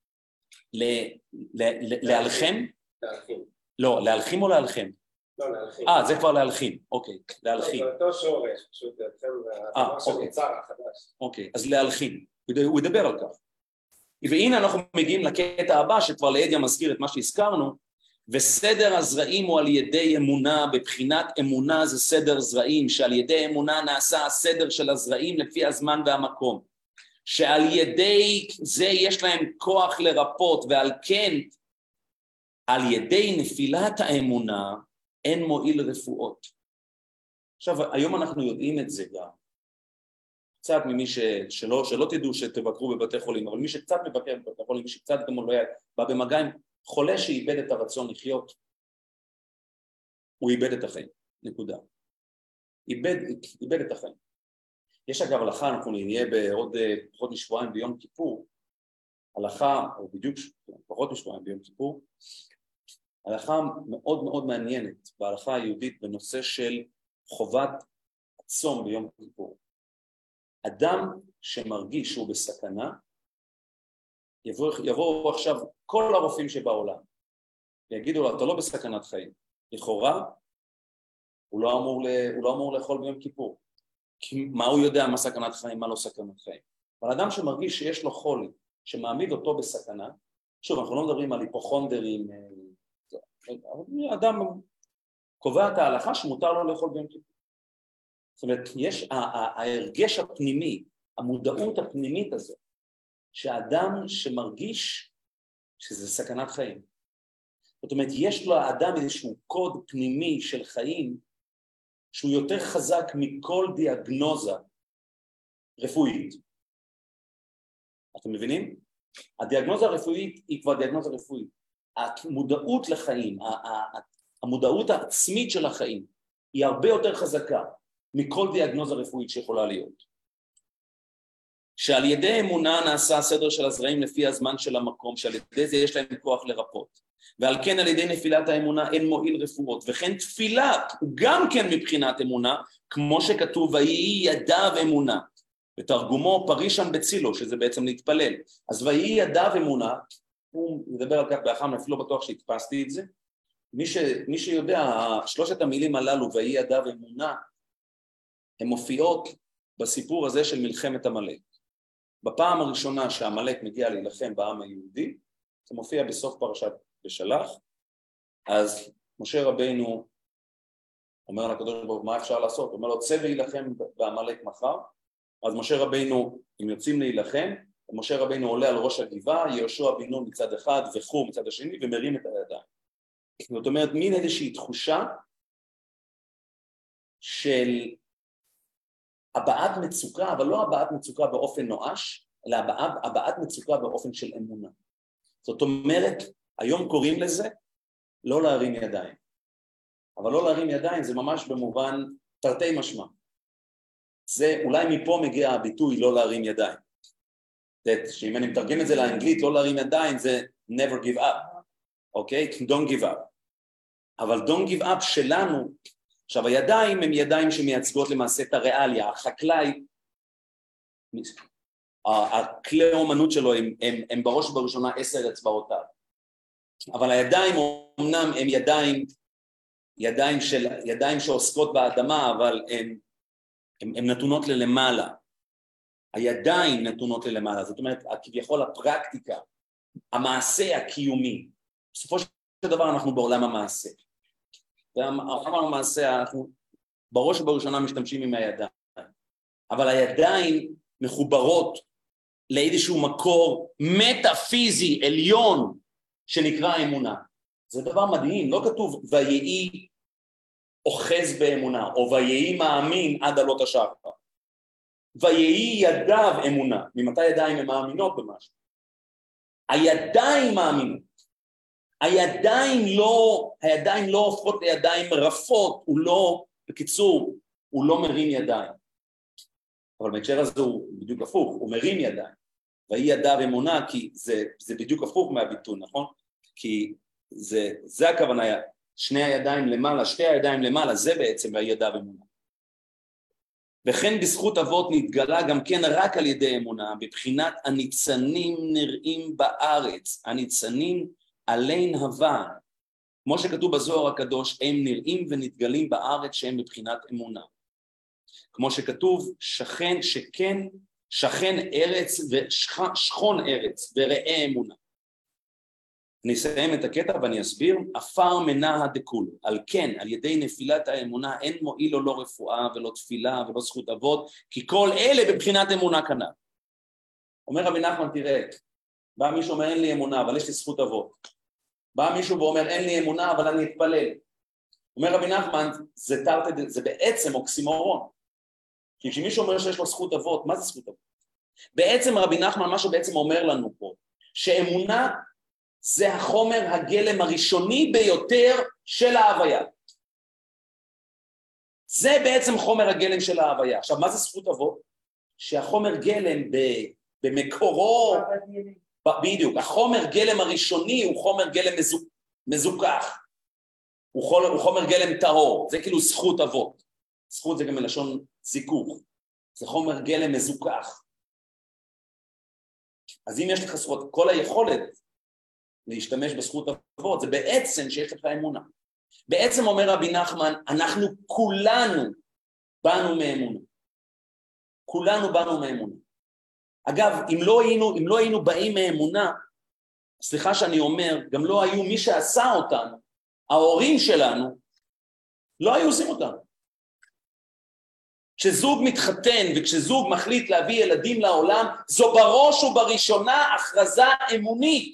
להלחם? להלחים. לא, להלחים או להלחם? לא, להלחים. אה, זה כבר להלחים, אוקיי, להלחים. זה אותו שורש, פשוט להלחם, זה מה שנוצר החדש. אוקיי, אז להלחים, הוא ידבר על כך. והנה אנחנו מגיעים לקטע הבא, שכבר לידיה מזכיר את מה שהזכרנו, וסדר הזרעים הוא על ידי אמונה, בבחינת אמונה זה סדר זרעים, שעל ידי אמונה נעשה הסדר של הזרעים לפי הזמן והמקום, שעל ידי זה יש להם כוח לרפות, ועל כן, על ידי נפילת האמונה, אין מועיל רפואות. עכשיו, היום אנחנו יודעים את זה גם, קצת ממי ש... שלא, שלא תדעו שתבקרו בבתי חולים, אבל מי שקצת מבקר בבתי חולים, מי שקצת גם לא בא במגע עם חולה שאיבד את הרצון לחיות, הוא איבד את החיים, נקודה. איבד, איבד את החיים. יש אגב הלכה, אנחנו נהיה בעוד פחות משבועיים ביום כיפור, הלכה, או בדיוק פחות משבועיים ביום כיפור, הלכה מאוד מאוד מעניינת בהלכה היהודית בנושא של חובת הצום ביום כיפור. אדם שמרגיש שהוא בסכנה, יבואו יבוא עכשיו כל הרופאים שבעולם, ויגידו לו, אתה לא בסכנת חיים. לכאורה, הוא לא אמור, הוא לא אמור לאכול ביום כיפור. כי מה הוא יודע מה סכנת חיים, מה לא סכנת חיים. אבל אדם שמרגיש שיש לו חולי, שמעמיד אותו בסכנה, שוב, אנחנו לא מדברים על היפוכונדרים, אדם קובע את ההלכה שמותר לו לאכול ביום כיפור. זאת אומרת, יש ההרגש הפנימי, המודעות הפנימית הזו, שהאדם שמרגיש שזה סכנת חיים. זאת אומרת, יש לו האדם איזשהו קוד פנימי של חיים, שהוא יותר חזק מכל דיאגנוזה רפואית. אתם מבינים? הדיאגנוזה הרפואית היא כבר דיאגנוזה רפואית. המודעות לחיים, המודעות העצמית של החיים, היא הרבה יותר חזקה מכל דיאגנוזה רפואית שיכולה להיות. שעל ידי אמונה נעשה הסדר של הזרעים לפי הזמן של המקום, שעל ידי זה יש להם כוח לרפות. ועל כן על ידי נפילת האמונה אין מועיל רפואות, וכן תפילה גם כן מבחינת אמונה, כמו שכתוב, ויהי ידיו אמונה. בתרגומו פרישן בצילו, שזה בעצם להתפלל. אז ויהי ידיו אמונה, הוא מדבר על כך באחם, אפילו לא בטוח שהתפסתי את זה. מי, ש, מי שיודע, שלושת המילים הללו, ויהי ידיו אמונה, הן מופיעות בסיפור הזה של מלחמת עמלק. בפעם הראשונה שהעמלק מגיע להילחם בעם היהודי, זה מופיע בסוף פרשת בשלח, אז משה רבינו אומר לקדוש ברוך הוא, מה אפשר לעשות? הוא אומר לו, צא להילחם בעמלק מחר, אז משה רבינו, הם יוצאים להילחם, ומשה רבינו עולה על ראש הגבעה, יהושע בן נון מצד אחד וחור מצד השני, ומרים את הידיים. זאת אומרת, מין איזושהי תחושה של הבעת מצוקה, אבל לא הבעת מצוקה באופן נואש, אלא הבעת, הבעת מצוקה באופן של אמונה. זאת אומרת, היום קוראים לזה לא להרים ידיים. אבל לא להרים ידיים זה ממש במובן תרתי משמע. זה אולי מפה מגיע הביטוי לא להרים ידיים. זה, שאם אני מתרגם את זה לאנגלית, לא להרים ידיים זה never give up. אוקיי? Don't give up. אבל don't give up שלנו, עכשיו הידיים הם ידיים שמייצגות למעשה את הריאליה, החקלאי, הכלי האומנות שלו הם, הם, הם בראש ובראשונה עשר אצבעותיו. אבל הידיים אומנם הם ידיים, ידיים, של, ידיים שעוסקות באדמה, אבל הם, הם, הם נתונות ללמעלה. הידיים נתונות ללמעלה, זאת אומרת, כביכול הפרקטיקה, המעשה הקיומי. בסופו של דבר אנחנו בעולם המעשה. בעולם המעשה אנחנו בראש ובראשונה משתמשים עם הידיים. אבל הידיים מחוברות לאיזשהו מקור מטאפיזי עליון שנקרא אמונה. זה דבר מדהים, לא כתוב ויהי אוחז באמונה, או ויהי מאמין עד עלות השחר. ויהי ידיו אמונה. ממתי ידיים הם מאמינות במשהו? הידיים מאמינות. הידיים לא, הידיים לא הופכות לידיים רפות, הוא לא, בקיצור, הוא לא מרים ידיים. אבל בהקשר הזה הוא בדיוק הפוך, הוא מרים ידיים. והיא ידע ואמונה, כי זה, זה בדיוק הפוך מהביטוי, נכון? כי זה, זה הכוונה, שני הידיים למעלה, שתי הידיים למעלה, זה בעצם הידע ואמונה. וכן בזכות אבות נתגלה גם כן רק על ידי אמונה, בבחינת הניצנים נראים בארץ, הניצנים עליין הווה, כמו שכתוב בזוהר הקדוש, הם נראים ונתגלים בארץ שהם בבחינת אמונה. כמו שכתוב, שכן, שכן, שכן ארץ ושכון ארץ וראה אמונה. אני אסיים את הקטע ואני אסביר, אפר מנה הדקול, על כן, על ידי נפילת האמונה, אין מועיל לו לא רפואה ולא תפילה ולא זכות אבות, כי כל אלה בבחינת אמונה כנ"ל. אומר רבי נחמן, תראה, בא מישהו אומר אין לי אמונה, אבל יש לי זכות אבות. בא מישהו ואומר אין לי אמונה, אבל אני אתפלל. אומר רבי נחמן, זה, תרת, זה בעצם אוקסימורון. כי כשמישהו אומר שיש לו זכות אבות, מה זה זכות אבות? בעצם רבי נחמן, מה שבעצם אומר לנו פה, שאמונה זה החומר הגלם הראשוני ביותר של ההוויה. זה בעצם חומר הגלם של ההוויה. עכשיו, מה זה זכות אבות? שהחומר גלם במקורו, בדיוק, החומר גלם הראשוני הוא חומר גלם מזוכח, הוא חומר גלם טהור, זה כאילו זכות אבות. זכות זה גם מלשון זיכוך, זה חומר גלם מזוכח. אז אם יש לך זכות, כל היכולת להשתמש בזכות אבות, זה בעצם שיש לך אמונה. בעצם אומר רבי נחמן, אנחנו כולנו באנו מאמונה. כולנו באנו מאמונה. אגב, אם לא היינו, אם לא היינו באים מאמונה, סליחה שאני אומר, גם לא היו מי שעשה אותנו, ההורים שלנו, לא היו עושים אותנו. כשזוג מתחתן וכשזוג מחליט להביא ילדים לעולם, זו בראש ובראשונה הכרזה אמונית.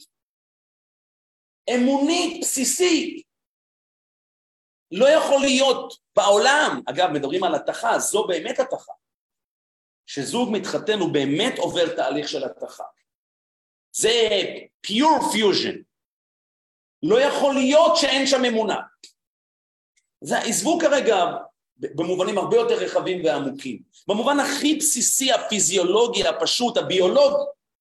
אמונית בסיסית. לא יכול להיות בעולם, אגב מדברים על התחה, זו באמת התחה. כשזוג מתחתן הוא באמת עובר תהליך של התחה. זה pure fusion. לא יכול להיות שאין שם אמונה. זה עזבו כרגע במובנים הרבה יותר רחבים ועמוקים. במובן הכי בסיסי, הפיזיולוגי, הפשוט, הביולוגי.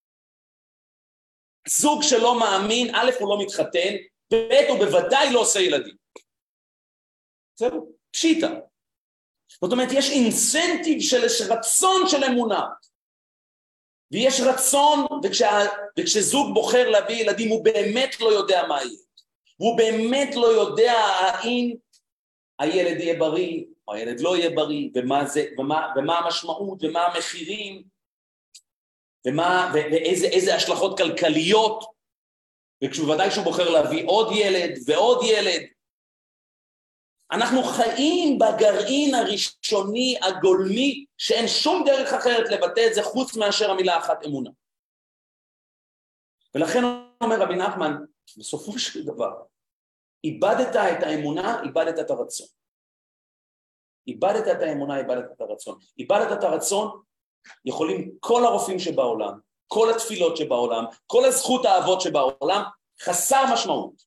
זוג שלא מאמין, א' הוא לא מתחתן, ב' הוא בוודאי לא עושה ילדים. זהו, פשיטה. זאת אומרת, יש אינסנטיב של רצון של אמונה. ויש רצון, וכשה, וכשזוג בוחר להביא ילדים, הוא באמת לא יודע מה יהיה. והוא באמת לא יודע האם הילד יהיה בריא, או הילד לא יהיה בריא, ומה, זה, ומה, ומה המשמעות, ומה המחירים, ומה, ואיזה איזה השלכות כלכליות, וכשבוודאי שהוא בוחר להביא עוד ילד ועוד ילד, אנחנו חיים בגרעין הראשוני הגולמי, שאין שום דרך אחרת לבטא את זה חוץ מאשר המילה אחת אמונה. ולכן אומר רבי נחמן, בסופו של דבר, איבדת את האמונה, איבדת את הרצון. איבדת את האמונה, איבדת את הרצון. איבדת את הרצון, יכולים כל הרופאים שבעולם, כל התפילות שבעולם, כל הזכות האבות שבעולם, חסר משמעות.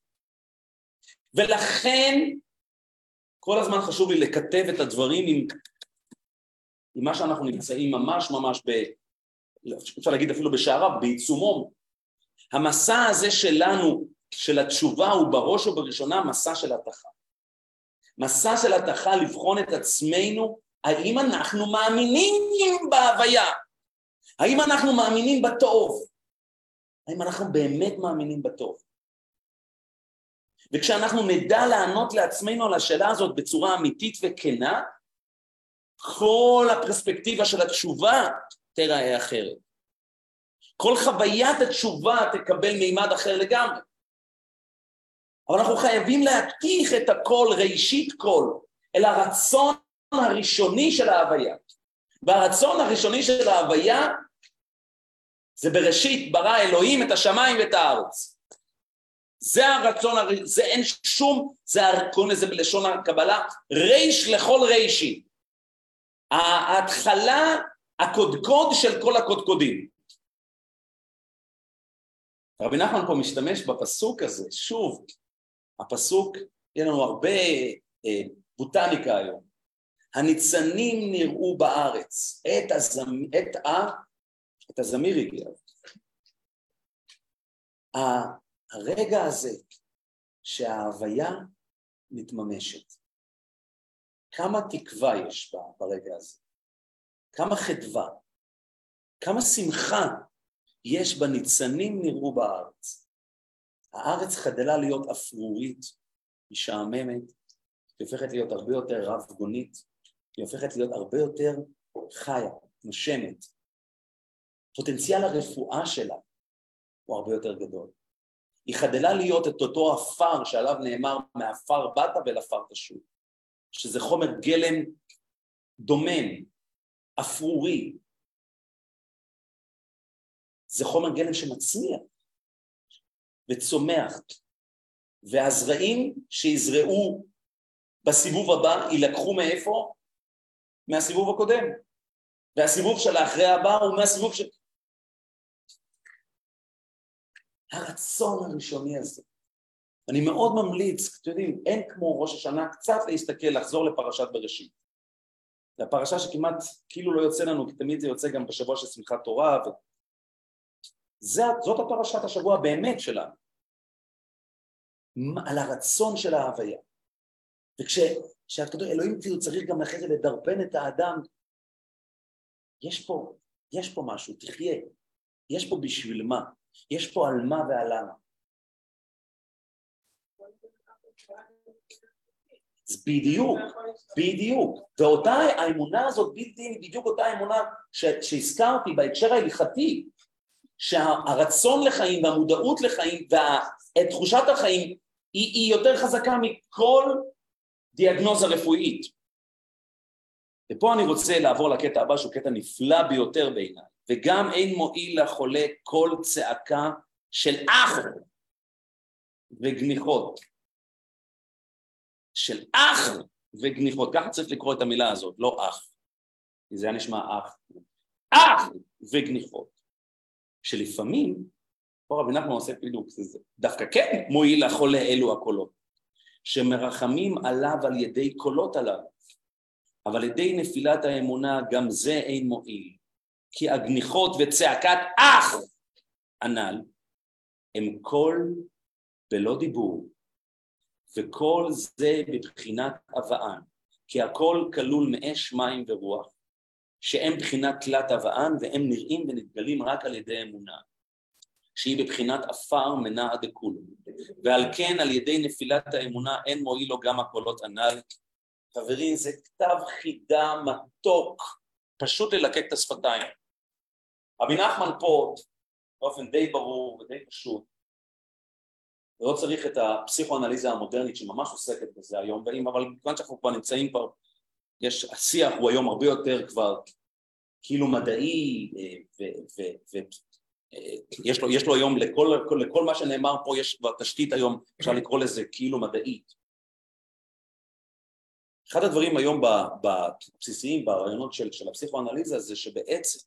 ולכן, כל הזמן חשוב לי לכתב את הדברים עם, עם מה שאנחנו נמצאים ממש ממש, ב, אפשר להגיד אפילו בשערה, בעיצומו. המסע הזה שלנו, של התשובה, הוא בראש ובראשונה מסע של התחה. מסע של התחה לבחון את עצמנו, האם אנחנו מאמינים בהוויה? האם אנחנו מאמינים בטוב? האם אנחנו באמת מאמינים בטוב? וכשאנחנו נדע לענות לעצמנו על השאלה הזאת בצורה אמיתית וכנה, כל הפרספקטיבה של התשובה תראה אחרת. כל חוויית התשובה תקבל מימד אחר לגמרי. אבל אנחנו חייבים להתיך את הכל, ראשית כל, אל הרצון הראשוני של ההוויה. והרצון הראשוני של ההוויה, זה בראשית ברא אלוהים את השמיים ואת הארץ. זה הרצון, זה אין שום, זה קוראים לזה בלשון הקבלה, ריש לכל רישי. ההתחלה, הקודקוד של כל הקודקודים. רבי נחמן פה משתמש בפסוק הזה, שוב, הפסוק, יש לנו הרבה אה, בוטניקה היום. הניצנים נראו בארץ, את, הזמ... את, ה... את הזמיר הגיע. הרגע הזה שההוויה מתממשת. כמה תקווה יש בה ברגע הזה? כמה חדווה? כמה שמחה יש בניצנים נראו בארץ? הארץ חדלה להיות אפרורית, משעממת, היא הופכת להיות הרבה יותר רב גונית, היא הופכת להיות הרבה יותר חיה, נושמת. פוטנציאל הרפואה שלה הוא הרבה יותר גדול. היא חדלה להיות את אותו אפר שעליו נאמר מאפר באת ולעפר תשוב, שזה חומר גלם דומם, אפרורי. זה חומר גלם שמצמיח וצומח, והזרעים שיזרעו בסיבוב הבא יילקחו מאיפה? מהסיבוב הקודם. והסיבוב של האחרי הבא הוא מהסיבוב של... הרצון הראשוני הזה. אני מאוד ממליץ, אתם יודעים, אין כמו ראש השנה קצת להסתכל, לחזור לפרשת בראשית. לפרשה שכמעט כאילו לא יוצא לנו, כי תמיד זה יוצא גם בשבוע של שמחת תורה. ו... זה, זאת הפרשת השבוע באמת שלנו. על הרצון של ההוויה. וכשאת כתוב, אלוהים כאילו צריך גם אחרי זה לדרבן את האדם, יש פה, יש פה משהו, תחיה. יש פה בשביל מה? יש פה על מה ועל למה. אז בדיוק, בדיוק. ואותה האמונה הזאת, בדיוק אותה האמונה שהזכרתי בהקשר ההלכתי, שהרצון לחיים והמודעות לחיים ותחושת החיים היא, היא יותר חזקה מכל דיאגנוזה רפואית. ופה אני רוצה לעבור לקטע הבא שהוא קטע נפלא ביותר בעיניי. וגם אין מועיל לחולה כל צעקה של אח וגניחות. של אח וגניחות. ככה צריך לקרוא את המילה הזאת, לא אח. כי זה היה נשמע אח. אח וגניחות. שלפעמים, פה רבי נחמן עושה בדיוק, דווקא כן מועיל לחולה אלו הקולות. שמרחמים עליו על ידי קולות עליו. אבל על ידי נפילת האמונה גם זה אין מועיל. כי הגניחות וצעקת אח הנ"ל הם קול בלא דיבור, וכל זה בבחינת הבאן, כי הכל כלול מאש מים ורוח, שהם בחינת תלת הבאן, והם נראים ונתגלים רק על ידי אמונה, שהיא בבחינת אפר מנע דכולו, ועל כן על ידי נפילת האמונה אין מועיל לו גם הקולות הנ"ל. חברים, זה כתב חידה מתוק, פשוט ללקק את השפתיים. רבי נחמן פה, באופן די ברור ודי פשוט, ולא צריך את הפסיכואנליזה המודרנית שממש עוסקת בזה היום, אבל כיוון שאנחנו כבר נמצאים כבר, יש, השיח הוא היום הרבה יותר כבר כאילו מדעי, ויש לו, יש לו היום לכל, לכל, לכל מה שנאמר פה, יש כבר תשתית היום, אפשר לקרוא לזה כאילו מדעית. אחד הדברים היום בבסיסיים, ברעיונות של, של הפסיכואנליזה, זה שבעצם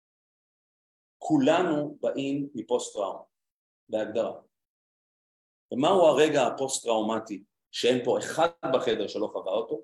כולנו באים מפוסט-טראומה, בהגדרה. ומהו הרגע הפוסט-טראומטי שאין פה אחד בחדר שלא חווה אותו?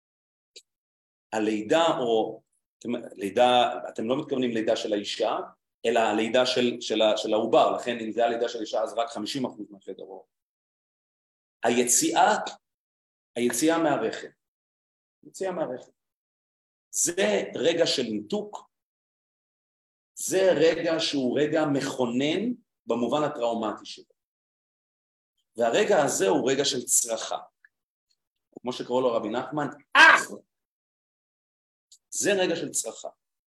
הלידה, או לידה, אתם לא מתכוונים לידה של האישה, אלא הלידה של, של, של העובר, לכן אם זה הלידה של האישה אז רק חמישים אחוז מהחדר. היציאה, היציאה מהרחם. יציאה מהרחם. זה רגע של ניתוק, זה רגע שהוא רגע מכונן במובן הטראומטי שלו. והרגע הזה הוא רגע של צרחה. כמו שקראו לו רבי נחמן, אח! זה רגע של צרחה.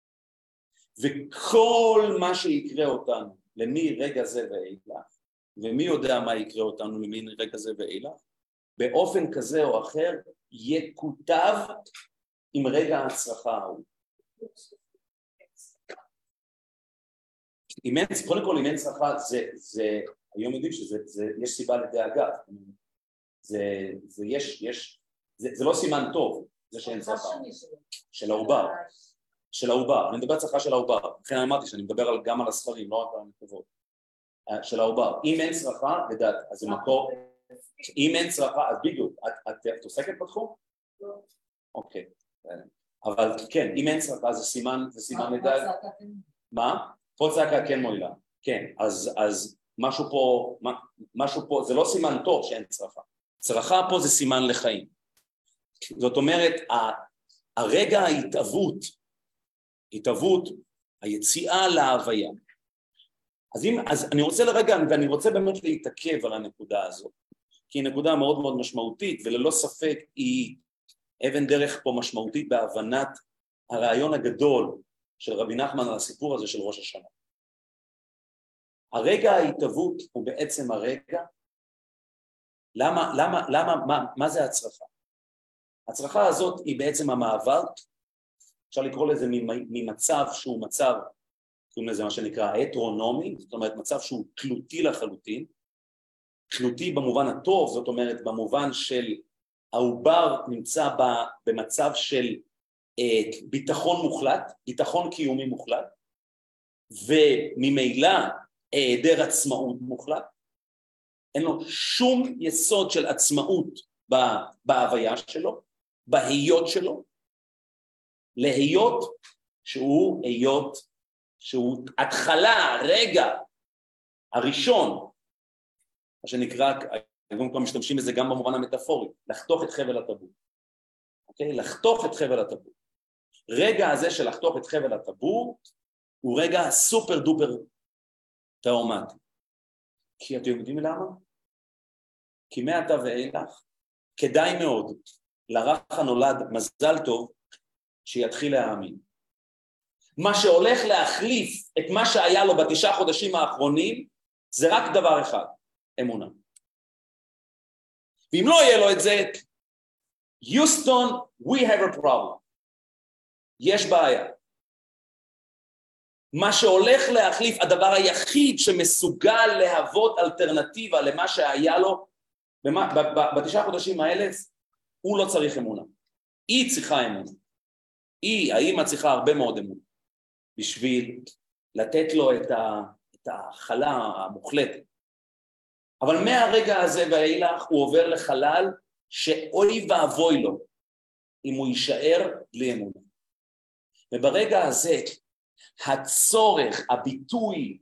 וכל מה שיקרה אותנו, למי רגע זה ואילך, ומי יודע מה יקרה אותנו למי רגע זה ואילך, באופן כזה או אחר, יקוטב עם רגע הצרחה ההוא. אם אין, קודם כל אם אין צרחה, זה, זה, היום יודעים שזה, זה, יש סיבה לדאגה. זה, זה, יש, יש, זה, זה לא סימן טוב, זה שאין צרחה. של העובר. של העובר. אני מדבר צרחה של העובר. לכן אמרתי שאני מדבר גם על הספרים, לא רק על הנקבות. של העובר. אם אין צרכה, לדעת, אז זה מקור, אם אין צרכה, אז בדיוק, את עוסקת בתחום? לא. אוקיי, אבל כן, אם אין צרכה, זה סימן, זה סימן לדעת. מה? פה צעקה כן מועילה, כן, אז משהו פה, משהו פה, זה לא סימן טוב שאין צרכה. צרכה פה זה סימן לחיים. זאת אומרת, הרגע ההתאבות, התאבות, היציאה להוויה. אז, אם, אז אני רוצה לרגע, ואני רוצה באמת להתעכב על הנקודה הזאת, כי היא נקודה מאוד מאוד משמעותית, וללא ספק היא אבן דרך פה משמעותית בהבנת הרעיון הגדול של רבי נחמן על הסיפור הזה של ראש השנה. הרגע ההתאבות הוא בעצם הרגע, למה, למה, למה, מה, מה זה הצרכה? הצרכה הזאת היא בעצם המעבר, אפשר לקרוא לזה ממצב שהוא מצב, קוראים לזה מה שנקרא הטרונומי, זאת אומרת מצב שהוא תלותי לחלוטין, תלותי במובן הטוב, זאת אומרת במובן של העובר נמצא במצב של אה, ביטחון מוחלט, ביטחון קיומי מוחלט, וממילא היעדר עצמאות מוחלט, אין לו שום יסוד של עצמאות בהוויה שלו, בהיות שלו, להיות שהוא היות, שהוא התחלה, רגע, הראשון, מה שנקרא, אנחנו כבר משתמשים בזה גם במובן המטאפורי, לחתוך את חבל הטבור. אוקיי? לחתוך את חבל הטבור. רגע הזה של לחתוך את חבל הטבור, הוא רגע סופר דופר טראומטי. כי אתם יודעים למה? כי מעתה ואילך, כדאי מאוד לרך הנולד מזל טוב, שיתחיל להאמין. מה שהולך להחליף את מה שהיה לו בתשעה חודשים האחרונים, זה רק דבר אחד, אמונה. ואם לא יהיה לו את זה, Houston, we have a problem. יש בעיה. מה שהולך להחליף, הדבר היחיד שמסוגל להוות אלטרנטיבה למה שהיה לו, בתשעה חודשים האלה, הוא לא צריך אמונה. היא צריכה אמונה. היא, האמא צריכה הרבה מאוד אמונה, בשביל לתת לו את, ה, את החלה המוחלטת. אבל מהרגע הזה ואילך הוא עובר לחלל שאוי ואבוי לו אם הוא יישאר בלי אמונה. וברגע הזה הצורך, הביטוי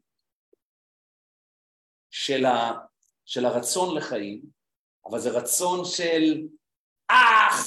של, ה, של הרצון לחיים, אבל זה רצון של אח.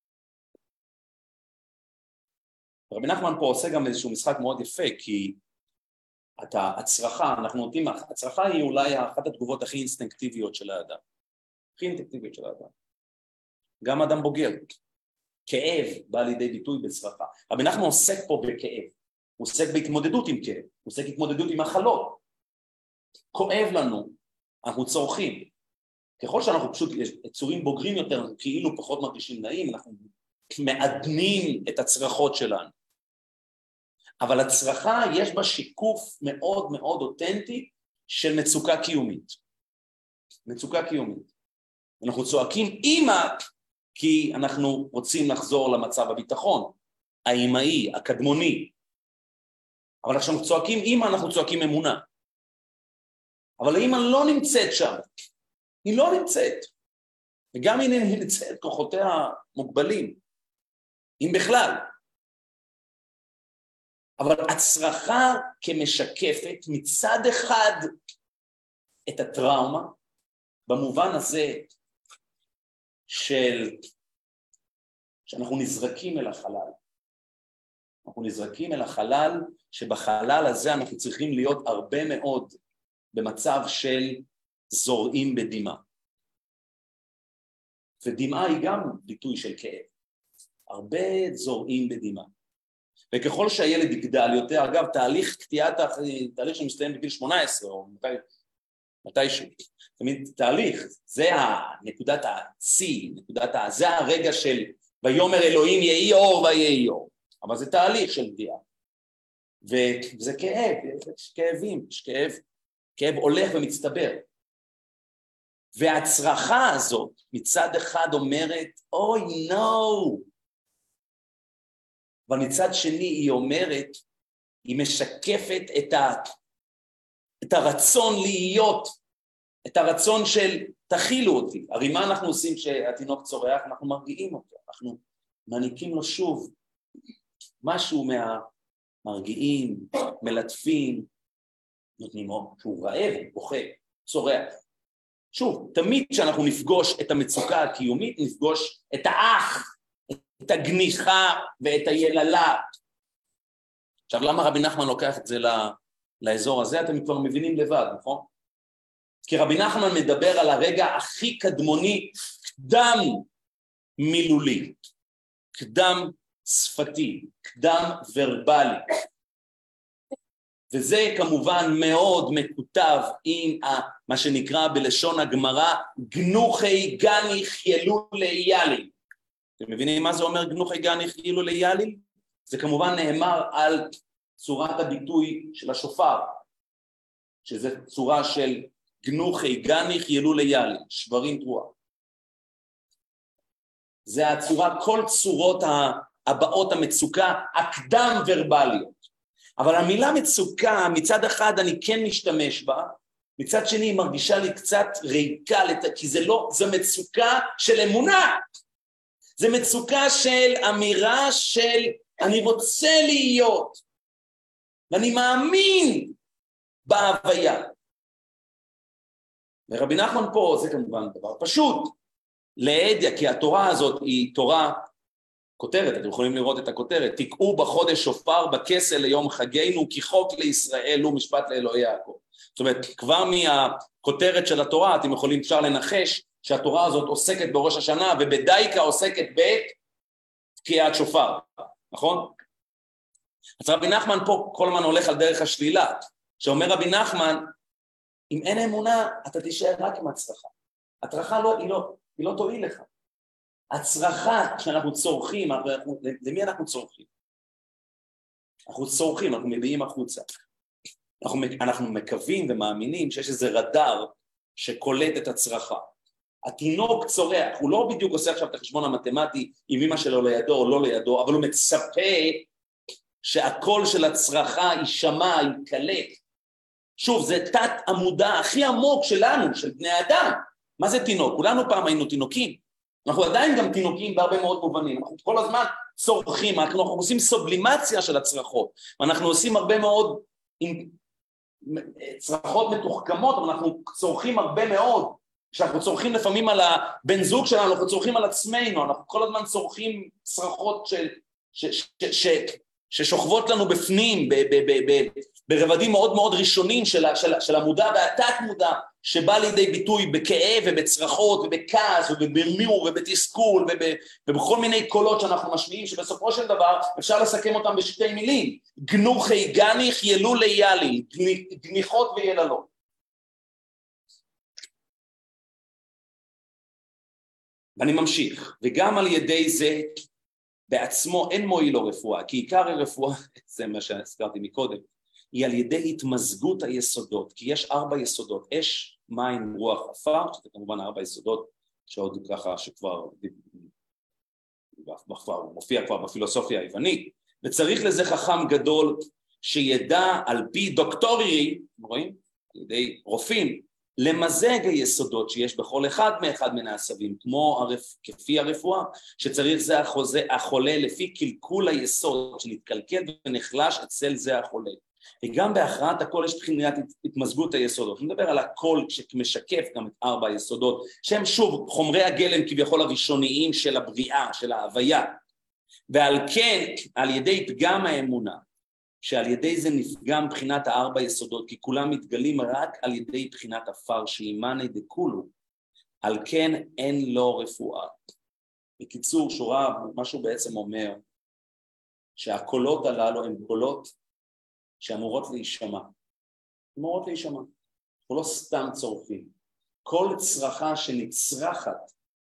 רבי נחמן פה עושה גם איזשהו משחק מאוד יפה, כי את ההצרחה, אנחנו נותנים, הצרחה היא אולי אחת התגובות הכי אינסטינקטיביות של האדם. הכי אינסטינקטיביות של האדם. גם אדם בוגר. כאב בא לידי ביטוי בצרחה. רבי נחמן עוסק פה בכאב. הוא עוסק בהתמודדות עם כאב. הוא עוסק בהתמודדות עם מחלות. כואב לנו, אנחנו צורכים. ככל שאנחנו פשוט יצורים בוגרים יותר, אנחנו כאילו פחות מרגישים נעים, אנחנו מעדנים את הצרחות שלנו. אבל הצרחה יש בה שיקוף מאוד מאוד אותנטי של מצוקה קיומית. מצוקה קיומית. אנחנו צועקים אימא, כי אנחנו רוצים לחזור למצב הביטחון, האימאי, הקדמוני. אבל כשאנחנו צועקים אימא, אנחנו צועקים אמונה. אבל האימא לא נמצאת שם. היא לא נמצאת. וגם אם היא נמצאת, כוחותיה מוגבלים. אם בכלל. אבל הצרחה כמשקפת מצד אחד את הטראומה, במובן הזה של שאנחנו נזרקים אל החלל. אנחנו נזרקים אל החלל, שבחלל הזה אנחנו צריכים להיות הרבה מאוד במצב של זורעים בדמעה. ודמעה היא גם ביטוי של כאב. הרבה זורעים בדמעה. וככל שהילד יגדל יותר, אגב, תהליך קטיעת, תהליך שמסתיים בגיל שמונה עשרה, או מתי, מתישהו, תמיד תהליך, זה נקודת ה-C, נקודת ה... זה הרגע של ויאמר אלוהים יהי אור ויהי אור, אבל זה תהליך של גדיעה. וזה כאב, יש כאבים, יש כאב, כאב הולך ומצטבר. והצרחה הזאת מצד אחד אומרת, אוי, נו, אבל מצד שני היא אומרת, היא משקפת את, ה, את הרצון להיות, את הרצון של תכילו אותי. הרי מה אנחנו עושים כשהתינוק צורח? אנחנו מרגיעים אותו, אנחנו מעניקים לו שוב משהו מהמרגיעים, מלטפים, נותנים לו שהוא רעב, בוכה, צורח. שוב, תמיד כשאנחנו נפגוש את המצוקה הקיומית, נפגוש את האח, את הגניחה ואת היללה. עכשיו, למה רבי נחמן לוקח את זה לאזור הזה? אתם כבר מבינים לבד, נכון? כי רבי נחמן מדבר על הרגע הכי קדמוני, קדם מילולי, קדם שפתי, קדם ורבלי. וזה כמובן מאוד מקוטב עם מה שנקרא בלשון הגמרא, גנוחי גניך ילו לאייליל. אתם מבינים מה זה אומר גנוחי גניך ילו לאייליל? זה כמובן נאמר על צורת הביטוי של השופר, שזה צורה של גנוחי גניך ילו לאייליל, שברים תרועה. זה הצורה, כל צורות הבאות המצוקה, הקדם ורבליות. אבל המילה מצוקה, מצד אחד אני כן משתמש בה, מצד שני היא מרגישה לי קצת ריקה, כי זה לא, זה מצוקה של אמונה. זה מצוקה של אמירה של אני רוצה להיות, ואני מאמין בהוויה. ורבי נחמן פה, זה כמובן דבר פשוט, לעדיה, כי התורה הזאת היא תורה, כותרת, אתם יכולים לראות את הכותרת, תקעו בחודש שופר בכסל ליום חגינו, כי חוק לישראל הוא משפט לאלוהי יעקב. זאת אומרת, כבר מהכותרת של התורה, אתם יכולים אפשר לנחש, שהתורה הזאת עוסקת בראש השנה, ובדייקה עוסקת בתקיעת שופר, נכון? אז רבי נחמן פה כל הזמן הולך על דרך השלילה, שאומר רבי נחמן, אם אין אמונה, אתה תישאר רק עם הצרחה. הצרחה לא, היא לא, היא לא תועיל לך. הצרחה שאנחנו צורכים, אנחנו, למי אנחנו צורכים? אנחנו צורכים, אנחנו מביאים החוצה. אנחנו, אנחנו מקווים ומאמינים שיש איזה רדאר שקולט את הצרחה. התינוק צורח, הוא לא בדיוק עושה עכשיו את החשבון המתמטי עם אמא שלו לידו או לא לידו, אבל הוא מצפה שהקול של הצרחה יישמע, יקלט. שוב, זה תת המודע הכי עמוק שלנו, של בני אדם. מה זה תינוק? כולנו פעם היינו תינוקים. אנחנו עדיין גם תינוקים בהרבה מאוד מובנים. אנחנו כל הזמן צורכים, אנחנו עושים סובלימציה של הצרחות, ואנחנו עושים הרבה מאוד צרחות מתוחכמות, אבל אנחנו צורכים הרבה מאוד. כשאנחנו צורכים לפעמים על הבן זוג שלנו, אנחנו צורכים על עצמנו, אנחנו כל הזמן צורכים צרחות של, ש, ש, ש, ש, ששוכבות לנו בפנים, ב, ב, ב, ב, ברבדים מאוד מאוד ראשונים של, של, של המודע והתת מודע, שבא לידי ביטוי בכאב ובצרחות ובכעס ובמרמור ובתסכול וב, ובכל מיני קולות שאנחנו משמיעים, שבסופו של דבר אפשר לסכם אותם בשתי מילים, גנוחי גניך ילו לאייליל, גניחות ויללות. ואני ממשיך, וגם על ידי זה בעצמו אין מועיל לו רפואה, כי עיקר הרפואה, זה מה שהזכרתי מקודם, היא על ידי התמזגות היסודות, כי יש ארבע יסודות, אש, מים, רוח, עפר, שזה כמובן ארבע יסודות שעוד ככה שכבר מופיע כבר בפילוסופיה היוונית, וצריך לזה חכם גדול שידע על פי דוקטורי, רואים? על ידי רופאים, למזג היסודות שיש בכל אחד מאחד מן העשבים, כמו הרפ... כפי הרפואה, שצריך זה החוזה, החולה לפי קלקול היסוד, שנתקלקל ונחלש אצל זה החולה. וגם בהכרעת הכל יש תחינת התמזגות היסודות. אני מדבר על הכל שמשקף גם את ארבע היסודות, שהם שוב חומרי הגלם כביכול הראשוניים של הבריאה, של ההוויה. ועל כן, על ידי פגם האמונה, שעל ידי זה נפגם בחינת הארבע יסודות, כי כולם מתגלים רק על ידי בחינת אפר, שאימני דקולו, על כן אין לו רפואה. בקיצור, שורה, מה שהוא בעצם אומר, שהקולות הללו הן קולות שאמורות להישמע. אמורות להישמע. אנחנו לא סתם צורכים. כל צרחה שנצרחת,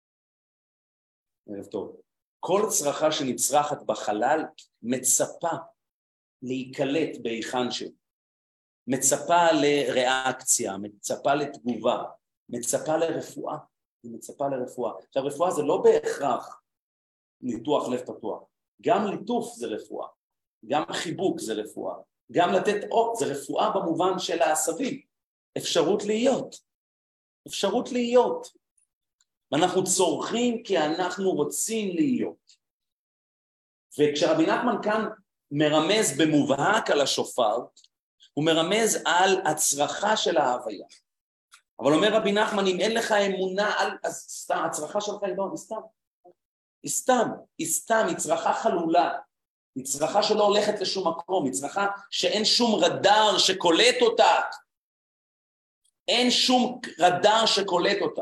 ערב טוב, כל צרחה שנצרחת בחלל מצפה להיקלט בהיכן שלו, מצפה לריאקציה, מצפה לתגובה, מצפה לרפואה, מצפה לרפואה. עכשיו, רפואה זה לא בהכרח ניתוח לב פתוח, גם ליטוף זה רפואה, גם חיבוק זה רפואה, גם לתת אור, זה רפואה במובן של העשבים, אפשרות להיות, אפשרות להיות. ואנחנו צורכים כי אנחנו רוצים להיות. וכשרבי נחמן כאן מרמז במובהק על השופר, הוא מרמז על הצרחה של ההוויה. אבל אומר רבי נחמן, אם אין לך אמונה, על, אז סתם, הצרחה שלך היא לא, היא סתם. היא סתם, היא סתם, היא צרחה חלולה. היא צרחה שלא הולכת לשום מקום, היא צרחה שאין שום רדאר שקולט אותה. אין שום רדאר שקולט אותה.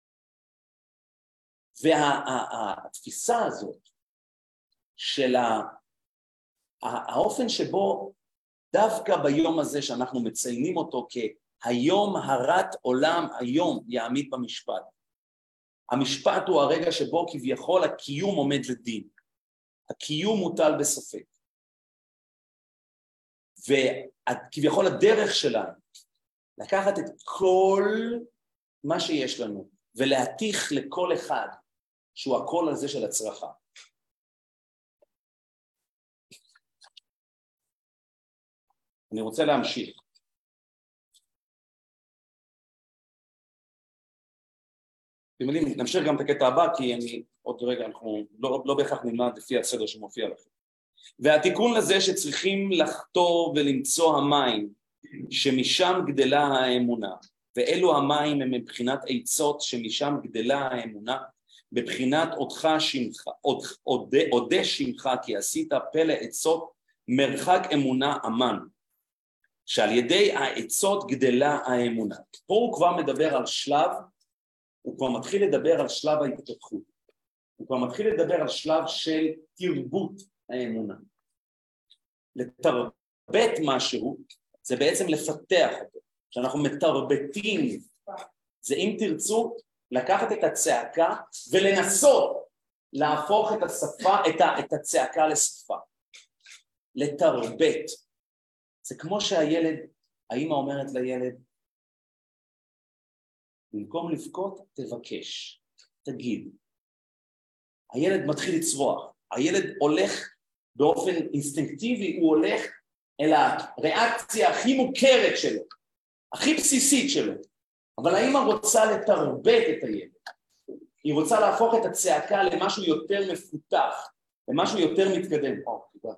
והתפיסה הזאת של האופן שבו דווקא ביום הזה שאנחנו מציינים אותו כהיום הרת עולם היום יעמיד במשפט. המשפט הוא הרגע שבו כביכול הקיום עומד לדין. הקיום מוטל בספק. וכביכול הדרך שלנו לקחת את כל מה שיש לנו ולהתיך לכל אחד שהוא הקול הזה של הצרחה. אני רוצה להמשיך. אתם יודעים, נמשיך גם את הקטע הבא, כי אני עוד רגע, אנחנו לא, לא בהכרח נלמד לפי הסדר שמופיע לכם. והתיקון לזה שצריכים לחתור ולמצוא המים, שמשם גדלה האמונה, ואלו המים הם מבחינת עצות שמשם גדלה האמונה, בבחינת עודך שמך, עוד, עוד, עודה שמך, כי עשית פלא עצות מרחק אמונה אמן, שעל ידי העצות גדלה האמונה. פה הוא כבר מדבר על שלב, הוא כבר מתחיל לדבר על שלב ההתפתחות, הוא כבר מתחיל לדבר על שלב של תרבות האמונה. לתרבט משהו, זה בעצם לפתח אותו. כשאנחנו מתרבטים, זה אם תרצו, לקחת את הצעקה ולנסות להפוך את השפה, את, ה, את הצעקה לשפה. לתרבט. זה כמו שהילד, האמא אומרת לילד, במקום לבכות, תבקש, תגיד. הילד מתחיל לצרוח, הילד הולך באופן אינסטינקטיבי, הוא הולך אל הריאקציה הכי מוכרת שלו, הכי בסיסית שלו. אבל האמא רוצה לתרבט את הילד. היא רוצה להפוך את הצעקה למשהו יותר מפותח, למשהו יותר מתקדם. או, תודה.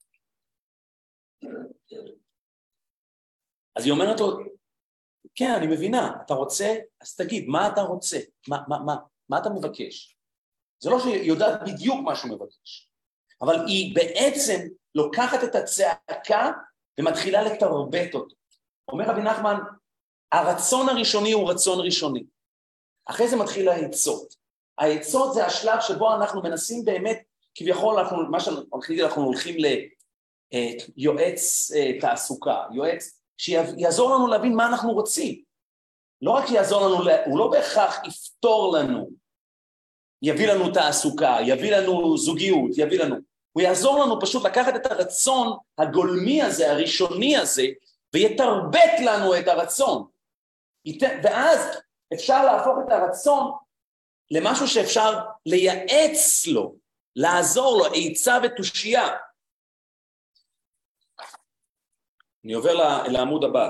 אז היא אומרת לו, כן, אני מבינה, אתה רוצה? אז תגיד, מה אתה רוצה? מה, מה, מה, מה אתה מבקש? זה לא שהיא יודעת בדיוק מה שהוא מבקש, אבל היא בעצם לוקחת את הצעקה ומתחילה לתרבט אותו. אומר רבי נחמן, הרצון הראשוני הוא רצון ראשוני. אחרי זה מתחיל העצות. העצות זה השלב שבו אנחנו מנסים באמת, כביכול אנחנו, מה שאנחנו הולכים ליועץ תעסוקה, יועץ שיעזור לנו להבין מה אנחנו רוצים. לא רק שיעזור לנו, הוא לא בהכרח יפתור לנו, יביא לנו תעסוקה, יביא לנו זוגיות, יביא לנו. הוא יעזור לנו פשוט לקחת את הרצון הגולמי הזה, הראשוני הזה, ויתרבט לנו את הרצון. ואז אפשר להפוך את הרצון למשהו שאפשר לייעץ לו, לעזור לו, עצה ותושייה. אני עובר לעמוד הבא.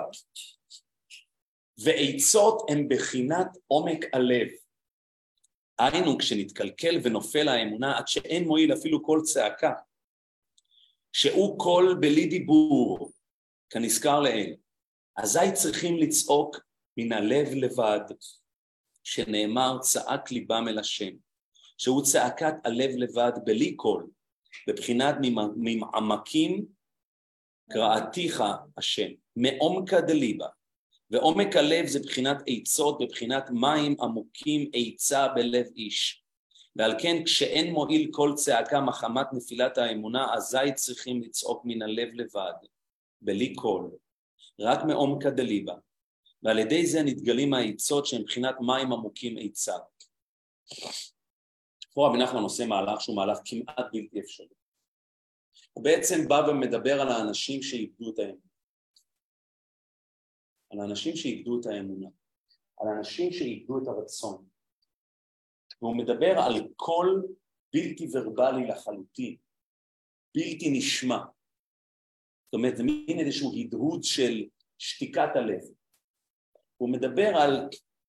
ועצות הן בחינת עומק הלב. היינו כשנתקלקל ונופל האמונה עד שאין מועיל אפילו כל צעקה, שהוא קול בלי דיבור, כנזכר לעיל. אזי צריכים לצעוק מן הלב לבד, שנאמר צעק ליבם אל השם, שהוא צעקת הלב לבד בלי קול, בבחינת ממעמקים קראתיך השם, מעומקא דליבה, ועומק הלב זה בחינת עצות, בבחינת מים עמוקים עצה בלב איש. ועל כן כשאין מועיל כל צעקה מחמת נפילת האמונה, אזי צריכים לצעוק מן הלב לבד, בלי קול, רק מעומקא דליבה. ועל ידי זה נתגלים העצות שהן בחינת מים עמוקים עצה. פה רבי נחמן עושה מהלך שהוא מהלך כמעט בלתי אפשרי. הוא בעצם בא ומדבר על האנשים שאיבדו את האמונה. על האנשים שאיבדו את האמונה. על האנשים שאיבדו את הרצון. והוא מדבר על קול בלתי ורבלי לחלוטין. בלתי נשמע. זאת אומרת, זה מין איזשהו הדהוד של שתיקת הלב. הוא מדבר על,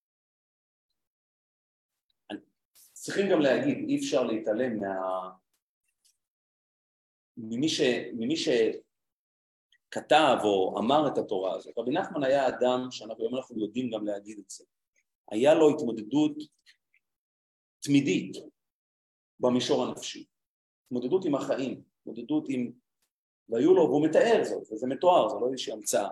צריכים גם להגיד, אי אפשר להתעלם מה... ממי, ש... ממי שכתב או אמר את התורה הזאת. רבי נחמן היה אדם, שאנחנו היום אנחנו יודעים גם להגיד את זה, היה לו התמודדות תמידית במישור הנפשי, התמודדות עם החיים, התמודדות עם, והיו לו, והוא מתאר זאת, וזה מתואר, זה לא איזושהי המצאה.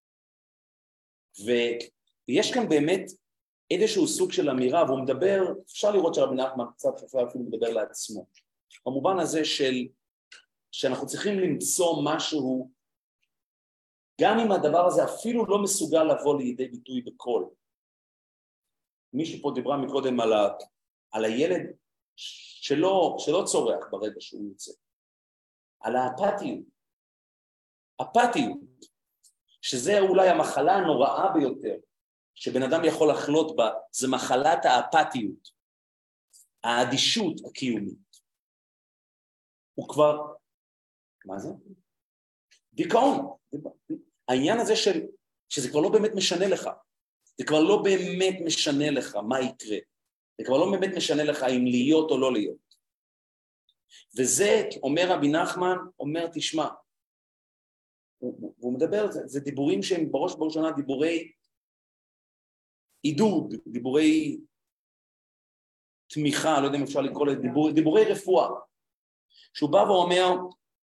ויש כאן באמת איזשהו סוג של אמירה, והוא מדבר, אפשר לראות שרבי נחמן קצת אפילו מדבר לעצמו, במובן הזה של, שאנחנו צריכים למצוא משהו, גם אם הדבר הזה אפילו לא מסוגל לבוא לידי ביטוי בקול. מישהו פה דיברה מקודם על, ה, על הילד שלא, שלא צורח ברגע שהוא יוצא, על האפתיות, אפתיות, שזה אולי המחלה הנוראה ביותר, שבן אדם יכול לחלות בה, זה מחלת האפתיות, האדישות הקיומית. הוא כבר, מה זה? דיכאון. העניין הזה של, שזה כבר לא באמת משנה לך, זה כבר לא באמת משנה לך מה יקרה, זה כבר לא באמת משנה לך אם להיות או לא להיות. וזה, אומר רבי נחמן, אומר תשמע, והוא מדבר, זה, זה דיבורים שהם בראש בראשונה דיבורי עידוד, דיבורי תמיכה, לא יודע אם אפשר לקרוא לזה, דיבור, דיבורי רפואה, שהוא בא ואומר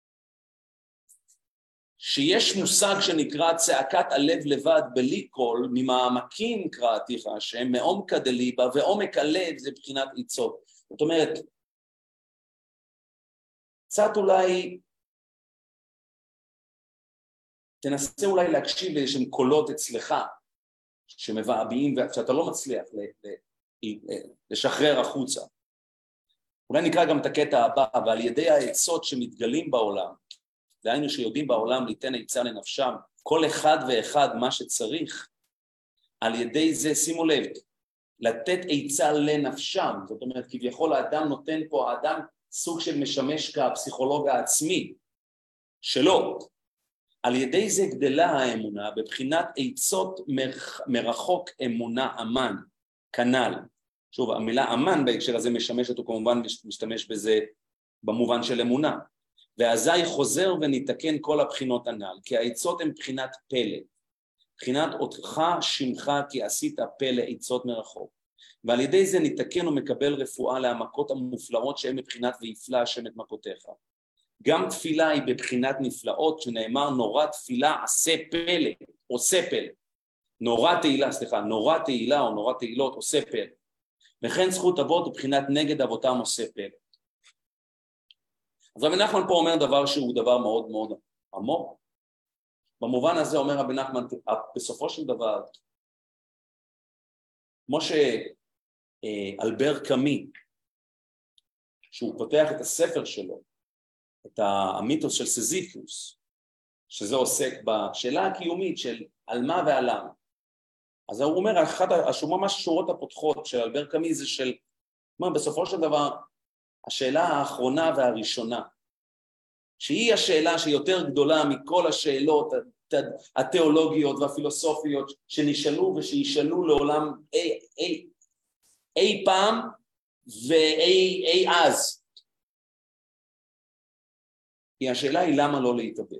שיש מושג שנקרא צעקת הלב לבד בלי קול, ממעמקים קראתיך השם, מעומקא דליבא, ועומק הלב זה בחינת עיצות. זאת אומרת, קצת אולי, תנסה אולי להקשיב לאיזשהם קולות אצלך, שמבעבעים, שאתה לא מצליח לשחרר החוצה. אולי נקרא גם את הקטע הבא, ועל ידי העצות שמתגלים בעולם, דהיינו שיודעים בעולם ליתן עצה לנפשם, כל אחד ואחד מה שצריך, על ידי זה, שימו לב, לתת עצה לנפשם, זאת אומרת, כביכול האדם נותן פה, האדם סוג של משמש כפסיכולוג העצמי, שלו, על ידי זה גדלה האמונה, בבחינת עצות מרחוק אמונה אמן, כנל. שוב, המילה אמן בהקשר הזה משמשת, הוא כמובן משתמש בזה במובן של אמונה. ואזי חוזר ונתקן כל הבחינות הנ"ל, כי העצות הן בחינת פלא. בחינת אותך שמך כי עשית פלא עצות מרחוק. ועל ידי זה נתקן ומקבל רפואה להמכות המופלאות שהן מבחינת ויפלא השם את מכותיך. גם תפילה היא בבחינת נפלאות, שנאמר נורא תפילה עשה פלא, עושה פלא. נורא תהילה, סליחה, נורא תהילה או נורא תהילות עושה פלא. וכן זכות אבות ובחינת נגד אבותם עושה פלא. אז רבי נחמן פה אומר דבר שהוא דבר מאוד מאוד עמוק. במובן הזה אומר רבי נחמן, בסופו של דבר, כמו שאלבר קאמי, שהוא פותח את הספר שלו, את המיתוס של סיזיפוס, שזה עוסק בשאלה הקיומית של על מה ועל למה. אז הוא אומר, אחת ממש שורות הפותחות של אלבר קאמי זה של, אומר, בסופו של דבר, השאלה האחרונה והראשונה, שהיא השאלה שיותר גדולה מכל השאלות התיאולוגיות והפילוסופיות שנשאלו ושישאלו לעולם אי, אי, אי פעם ואי אי אז. כי השאלה היא למה לא להתאבד.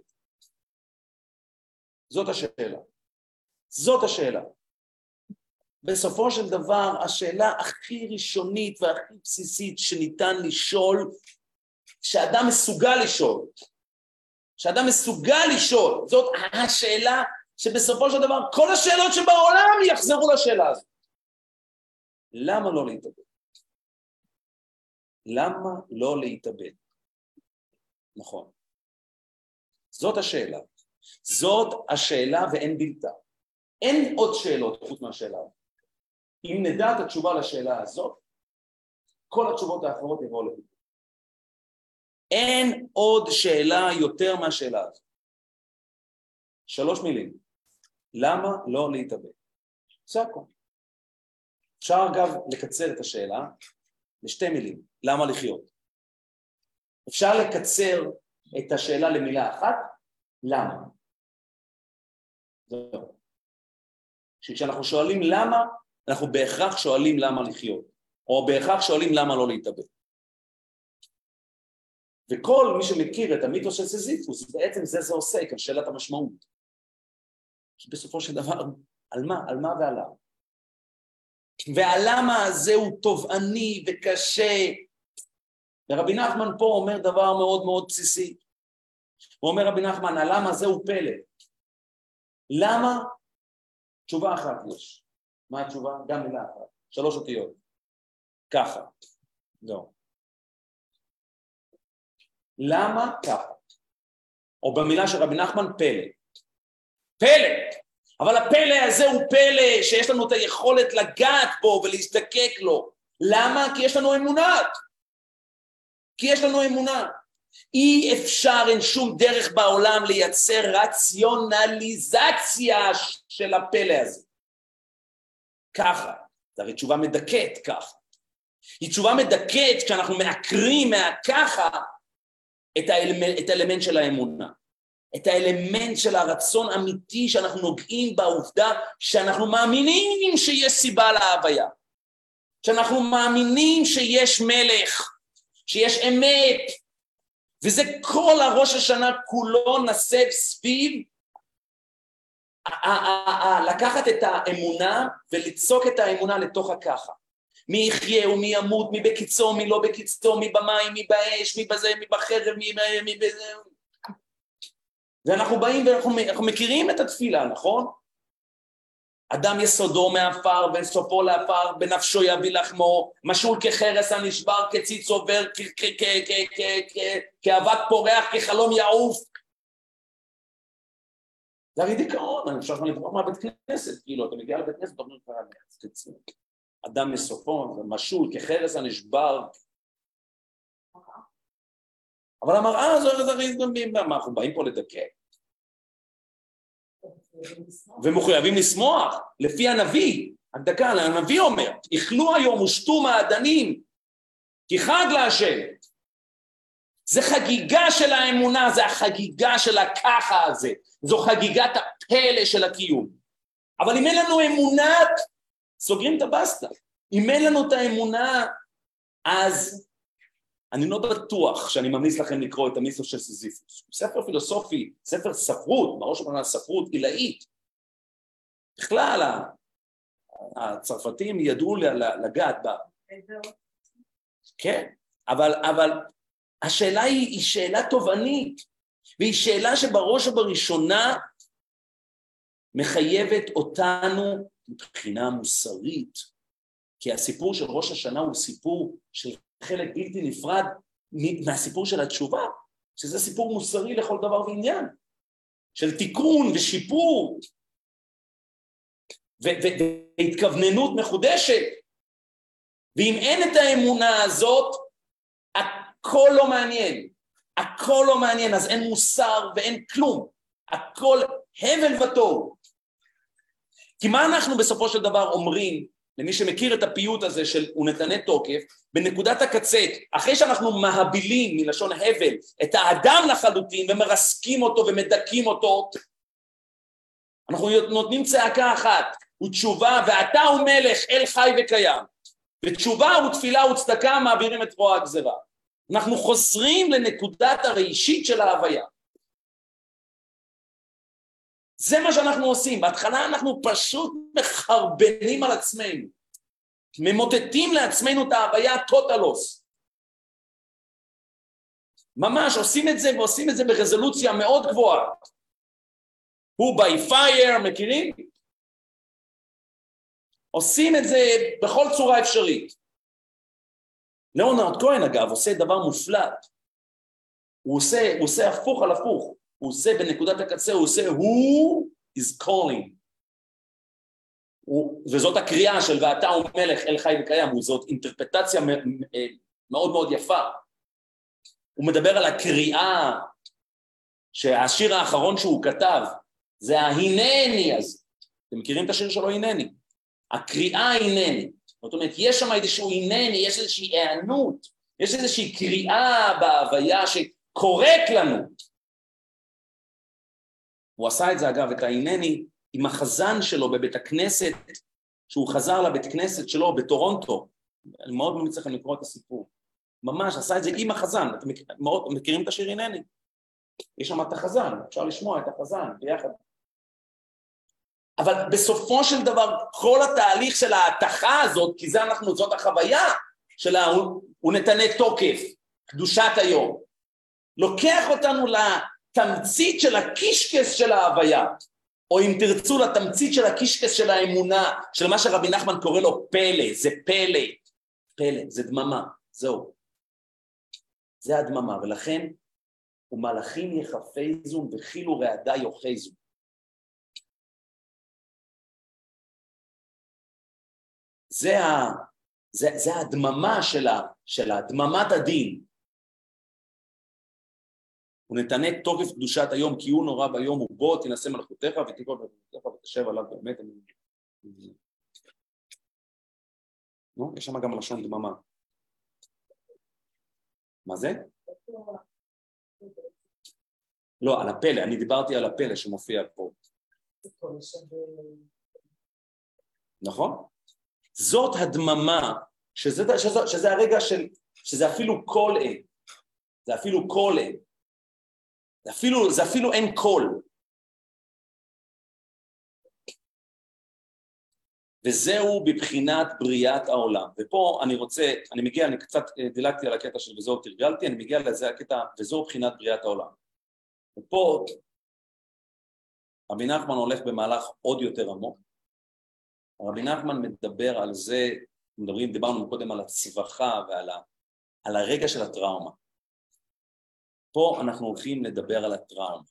זאת השאלה. זאת השאלה. בסופו של דבר, השאלה הכי ראשונית והכי בסיסית שניתן לשאול, שאדם מסוגל לשאול, שאדם מסוגל לשאול, זאת השאלה שבסופו של דבר, כל השאלות שבעולם יחזרו לשאלה הזאת. למה לא להתאבד? למה לא להתאבד? נכון. זאת השאלה. זאת השאלה ואין בלתה. אין עוד שאלות חוץ מהשאלה. אם נדע את התשובה לשאלה הזאת, כל התשובות האחרות יבואו לביטוי. אין עוד שאלה יותר מהשאלה הזאת. שלוש מילים. למה לא להתאבד? זה הכל. אפשר אגב לקצר את השאלה לשתי מילים. למה לחיות? אפשר לקצר את השאלה למילה אחת, למה? זהו. כשאנחנו שואלים למה, אנחנו בהכרח שואלים למה לחיות, או בהכרח שואלים למה לא להתאבד. וכל מי שמכיר את המיתוס של סיזיפוס, בעצם זה זה עוסק על שאלת המשמעות. שבסופו של דבר, על מה? על מה ועל למה? והלמה הזה הוא תובעני וקשה. ורבי נחמן פה אומר דבר מאוד מאוד בסיסי. הוא אומר רבי נחמן, הלמה הזה הוא פלא. למה? תשובה אחת יש. מה התשובה? גם מילה אחת. שלוש אותיות. ככה. לא. למה ככה? או במילה של רבי נחמן, פלא. פלא! אבל הפלא הזה הוא פלא שיש לנו את היכולת לגעת בו ולהזדקק לו. למה? כי יש לנו אמונה. כי יש לנו אמונה. אי אפשר, אין שום דרך בעולם לייצר רציונליזציה של הפלא הזה. ככה. זו הרי תשובה מדכאת ככה. היא תשובה מדכאת כשאנחנו מעקרים מהככה את האלמנט, את האלמנט של האמונה. את האלמנט של הרצון אמיתי שאנחנו נוגעים בעובדה שאנחנו מאמינים שיש סיבה להוויה. שאנחנו מאמינים שיש מלך, שיש אמת, וזה כל הראש השנה כולו נסב סביב לקחת את האמונה וליצוק את האמונה לתוך הככה. מי יחיה ומי ימות, מי בקיצו, מי לא בקיצו, מי במים, מי באש, מי בזה, מי בחרב, מי, מי בזה. ואנחנו באים ואנחנו מכירים את התפילה, נכון? אדם יסודו מעפר, בין סופו לעפר, בנפשו יביא לחמו, משול כחרס הנשבר, כציץ עובר, כאבק פורח, כחלום יעוף. זה הרי דיכאון, אני חושב שאני לברוח מהבית כנסת, כאילו, אתה מגיע לבית כנסת, אתה אומר, אדם מסופו, משול כחרס הנשבר. אבל המראה הזו, אנחנו באים פה לדכא. ומחויבים לשמוח, לפי הנביא, הדקה, הנביא אומר, איכלו היום ושתו מעדנים, כי חג להשם. זה חגיגה של האמונה, זה החגיגה של הככה הזה, זו חגיגת הפלא של הקיום. אבל אם אין לנו אמונה, סוגרים את הבסטה. אם אין לנו את האמונה, אז אני לא בטוח שאני ממליץ לכם לקרוא את המיתוס של סיזיפוס. הוא ספר פילוסופי, ספר ספרות, בראש ובראשונה ספרות עילאית. בכלל, הצרפתים ידעו לגעת בה. כן, אבל, אבל השאלה היא, היא שאלה תובענית, והיא שאלה שבראש ובראשונה מחייבת אותנו מבחינה מוסרית, כי הסיפור של ראש השנה הוא סיפור של חלק בלתי נפרד מהסיפור של התשובה, שזה סיפור מוסרי לכל דבר ועניין, של תיקון ושיפור, והתכווננות מחודשת, ואם אין את האמונה הזאת, הכל לא מעניין, הכל לא מעניין, אז אין מוסר ואין כלום, הכל הבל ותוהו. כי מה אנחנו בסופו של דבר אומרים, למי שמכיר את הפיוט הזה של ונתנה תוקף, בנקודת הקצה, אחרי שאנחנו מהבילים מלשון הבל, את האדם לחלוטין ומרסקים אותו ומדקים אותו, אנחנו נותנים צעקה אחת, ותשובה, ואתה הוא מלך אל חי וקיים, ותשובה ותפילה וצדקה מעבירים את רוע הגזרה. אנחנו חוזרים לנקודת הראשית של ההוויה. זה מה שאנחנו עושים, בהתחלה אנחנו פשוט מחרבנים על עצמנו, ממוטטים לעצמנו את ההוויה טוטלוס. ממש עושים את זה, ועושים את זה ברזולוציה מאוד גבוהה. הוא by fire, מכירים? עושים את זה בכל צורה אפשרית. ליאונרד כהן אגב עושה דבר מופלא, הוא עושה, הוא עושה הפוך על הפוך, הוא עושה בנקודת הקצה, הוא עושה who is calling, הוא, וזאת הקריאה של ואתה הוא מלך אל חי וקיים, וזאת אינטרפטציה מאוד מאוד יפה. הוא מדבר על הקריאה, שהשיר האחרון שהוא כתב, זה ההינני הזה, אתם מכירים את השיר שלו הינני? הקריאה הינני, זאת אומרת יש שם איזשהו הינני, יש איזושהי הענות, יש איזושהי קריאה בהוויה שקוראת לנו, הוא עשה את זה אגב, את העינני, עם החזן שלו בבית הכנסת, שהוא חזר לבית כנסת שלו בטורונטו, אני מאוד ממליץ לכם לקרוא את הסיפור, ממש עשה את זה עם החזן, אתם מאוד מכירים את השיר עינני? יש שם את החזן, אפשר לשמוע את החזן ביחד. אבל בסופו של דבר, כל התהליך של ההתחה הזאת, כי זה אנחנו, זאת החוויה שלה, הוא, הוא נתנה תוקף, קדושת היום, לוקח אותנו לתמצית של הקישקס של ההוויה, או אם תרצו לתמצית של הקישקס של האמונה, של מה שרבי נחמן קורא לו פלא, זה פלא, פלא, זה דממה, זהו. זה הדממה, ולכן, ומלאכים יחפזון וחילו רעדה יוחזון. זה, ה, זה, זה הדממה שלה, שלה, דממת הדין. הוא נתנה תוקף קדושת היום, כי הוא נורא ביום, ובוא תנסה מלאכותיך ותיכון מלאכותיך ותשב עליו באמת. נו, יש שם גם לשון דממה. מה זה? לא, על הפלא, אני דיברתי על הפלא שמופיע פה. נכון? זאת הדממה, שזה, שזה, שזה הרגע של, שזה אפילו קול אין, זה אפילו קול אין, זה אפילו, זה אפילו אין קול. וזהו בבחינת בריאת העולם. ופה אני רוצה, אני מגיע, אני קצת דילגתי על הקטע של וזהו תרגלתי, אני מגיע לזה הקטע, וזהו בבחינת בריאת העולם. ופה רבי נחמן הולך במהלך עוד יותר עמוק. רבי נחמן מדבר על זה, מדברים, דיברנו קודם על הצווחה ועל ה, על הרגע של הטראומה. פה אנחנו הולכים לדבר על הטראומה.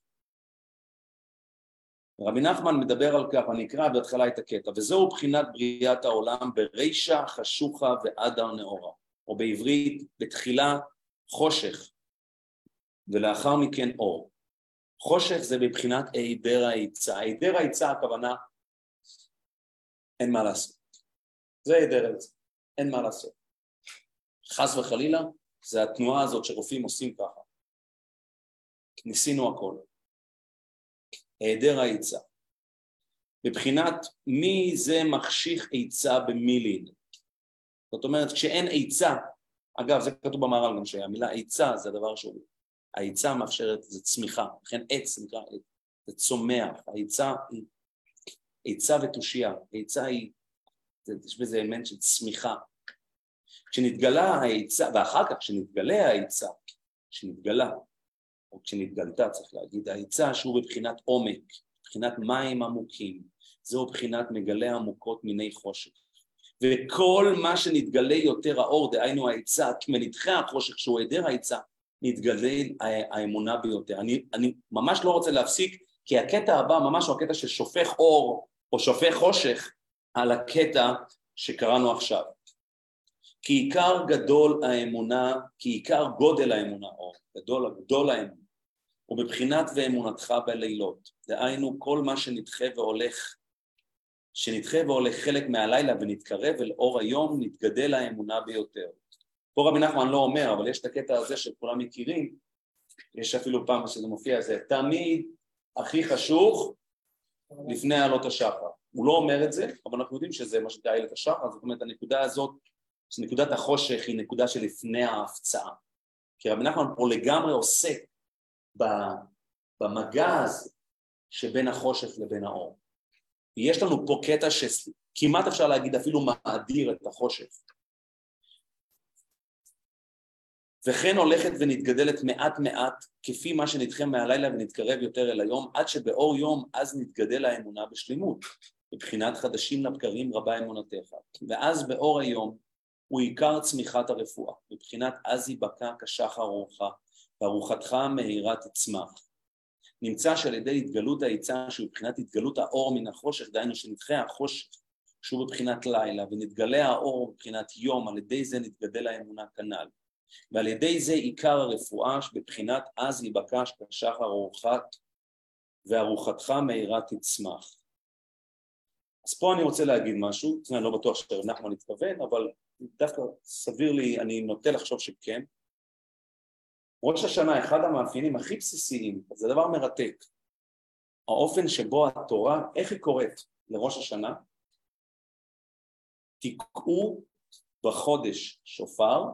רבי נחמן מדבר על כך, אני אקרא בהתחלה את הקטע, וזהו בחינת בריאת העולם ברישה חשוכה ועדה נאורה, או בעברית בתחילה חושך, ולאחר מכן אור. חושך זה בבחינת היעדר העיצה. היעדר העיצה הכוונה, אין מה לעשות. זה היעדר העיצה, אין מה לעשות. חס וחלילה, זה התנועה הזאת שרופאים עושים ככה. ניסינו הכל. היעדר העיצה. בבחינת מי זה מחשיך עיצה במילין. זאת אומרת, כשאין עיצה, אגב, זה כתוב במהר"ל גם שהמילה עיצה זה הדבר שהוא, העיצה מאפשרת, זה צמיחה, לכן עץ נקרא, זה צומח, העיצה היא, עיצה ותושייה, העיצה היא, יש בזה אלמנט של צמיחה. כשנתגלה העיצה, ואחר כך כשנתגלה העיצה, כשנתגלה, או כשנתגלתה צריך להגיד, העיצה שהוא בבחינת עומק, בבחינת מים עמוקים, זהו בבחינת מגלה עמוקות מיני חושך. וכל מה שנתגלה יותר האור, דהיינו העיצה, כמנתחי החושך שהוא היעדר העיצה, נתגלה האמונה ביותר. אני, אני ממש לא רוצה להפסיק, כי הקטע הבא ממש הוא הקטע ששופך אור, או שופך חושך, על הקטע שקראנו עכשיו. כי עיקר גדול האמונה, כי עיקר גודל האמונה, או גדול, גדול האמונה, ובבחינת ואמונתך בלילות, דהיינו כל מה שנדחה והולך, שנדחה והולך חלק מהלילה ונתקרב אל אור היום, נתגדל האמונה ביותר. פה רבי נחמן לא אומר, אבל יש את הקטע הזה שכולם מכירים, יש אפילו פעם שזה מופיע, זה תמיד הכי חשוך לפני עלות השחר. הוא לא אומר את זה, אבל אנחנו יודעים שזה מה שתעיל את השחר, זאת אומרת הנקודה הזאת, שנקודת החושך היא נקודה שלפני ההפצעה. כי רבי נחמן פה לגמרי עוסק במגע הזה שבין החושך לבין האור. יש לנו פה קטע שכמעט אפשר להגיד אפילו מאדיר את החושך. וכן הולכת ונתגדלת מעט מעט, כפי מה שנדחה מהלילה ונתקרב יותר אל היום, עד שבאור יום אז נתגדל האמונה בשלימות, מבחינת חדשים לבקרים רבה אמונתך. ואז באור היום הוא עיקר צמיחת הרפואה, מבחינת אז ייבקע כשחר רוחה, והרוחתך מהירה תצמח. נמצא שעל ידי התגלות העיצה, שהוא מבחינת התגלות האור מן החושך, דהיינו שנדחה החושך, שהוא בבחינת לילה, ונתגלה האור מבחינת יום, על ידי זה נתגדל האמונה כנ"ל. ועל ידי זה עיקר הרפואה, שבבחינת אז ייבקע כשחר רוחת, והרוחתך מהירה תצמח. אז פה אני רוצה להגיד משהו, אני לא בטוח שרב נחמן מתכוון, אבל דווקא סביר לי, אני נוטה לחשוב שכן. ראש השנה, אחד המאפיינים הכי בסיסיים, זה דבר מרתק. האופן שבו התורה, איך היא קוראת לראש השנה? תקעו בחודש שופר,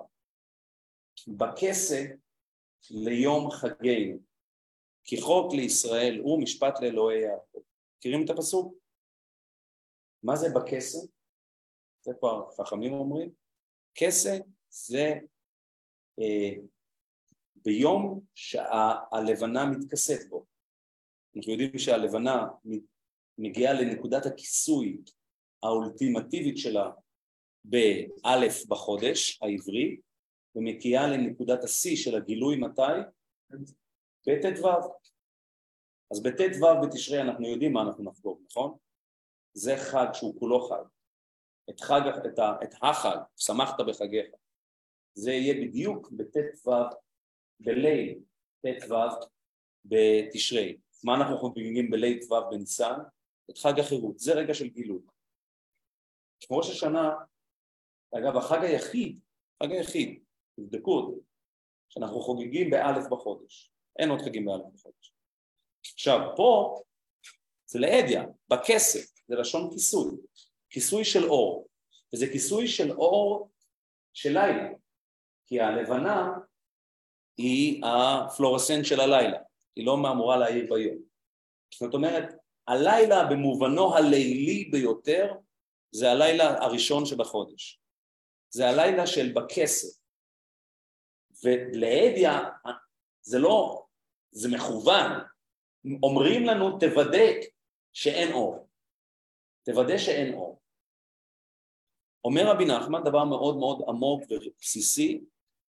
בכסה ליום חגנו, כי חוק לישראל הוא משפט לאלוהי יעקב. מכירים את הפסוק? מה זה בכסה? זה כבר חכמים אומרים. כסה זה אה, ביום שהלבנה מתכסת בו. אנחנו יודעים שהלבנה מגיעה לנקודת הכיסוי האולטימטיבית שלה באלף בחודש העברי, ומגיעה לנקודת השיא של הגילוי מתי? בט"ו. אז בט"ו בתשרי אנחנו יודעים מה אנחנו נחגוג, נכון? זה חג שהוא כולו חג. את חג, את, ה, את החג, שמחת בחגיך. זה יהיה בדיוק בט"ו, בליל ט"ו בתשרי. מה אנחנו חוגגים בליל ט"ו בניסן? את חג החירות. זה רגע של גילוי. ראש השנה, אגב, החג היחיד, החג היחיד, תבדקו אותו, שאנחנו חוגגים באלף בחודש. אין עוד חגים באלף בחודש. עכשיו, פה זה לאדיה, בכסף, זה לשון כיסוי, כיסוי של אור, וזה כיסוי של אור של לילה, כי הלבנה היא הפלורסנט של הלילה, היא לא מאמורה להאיר ביום. זאת אומרת, הלילה במובנו הלילי ביותר, זה הלילה הראשון שבחודש. זה הלילה של בכסף. ולאדיה, זה לא, זה מכוון. אומרים לנו, תוודא שאין אור. תוודא שאין אור. אומר רבי נחמן, דבר מאוד מאוד עמוק ובסיסי,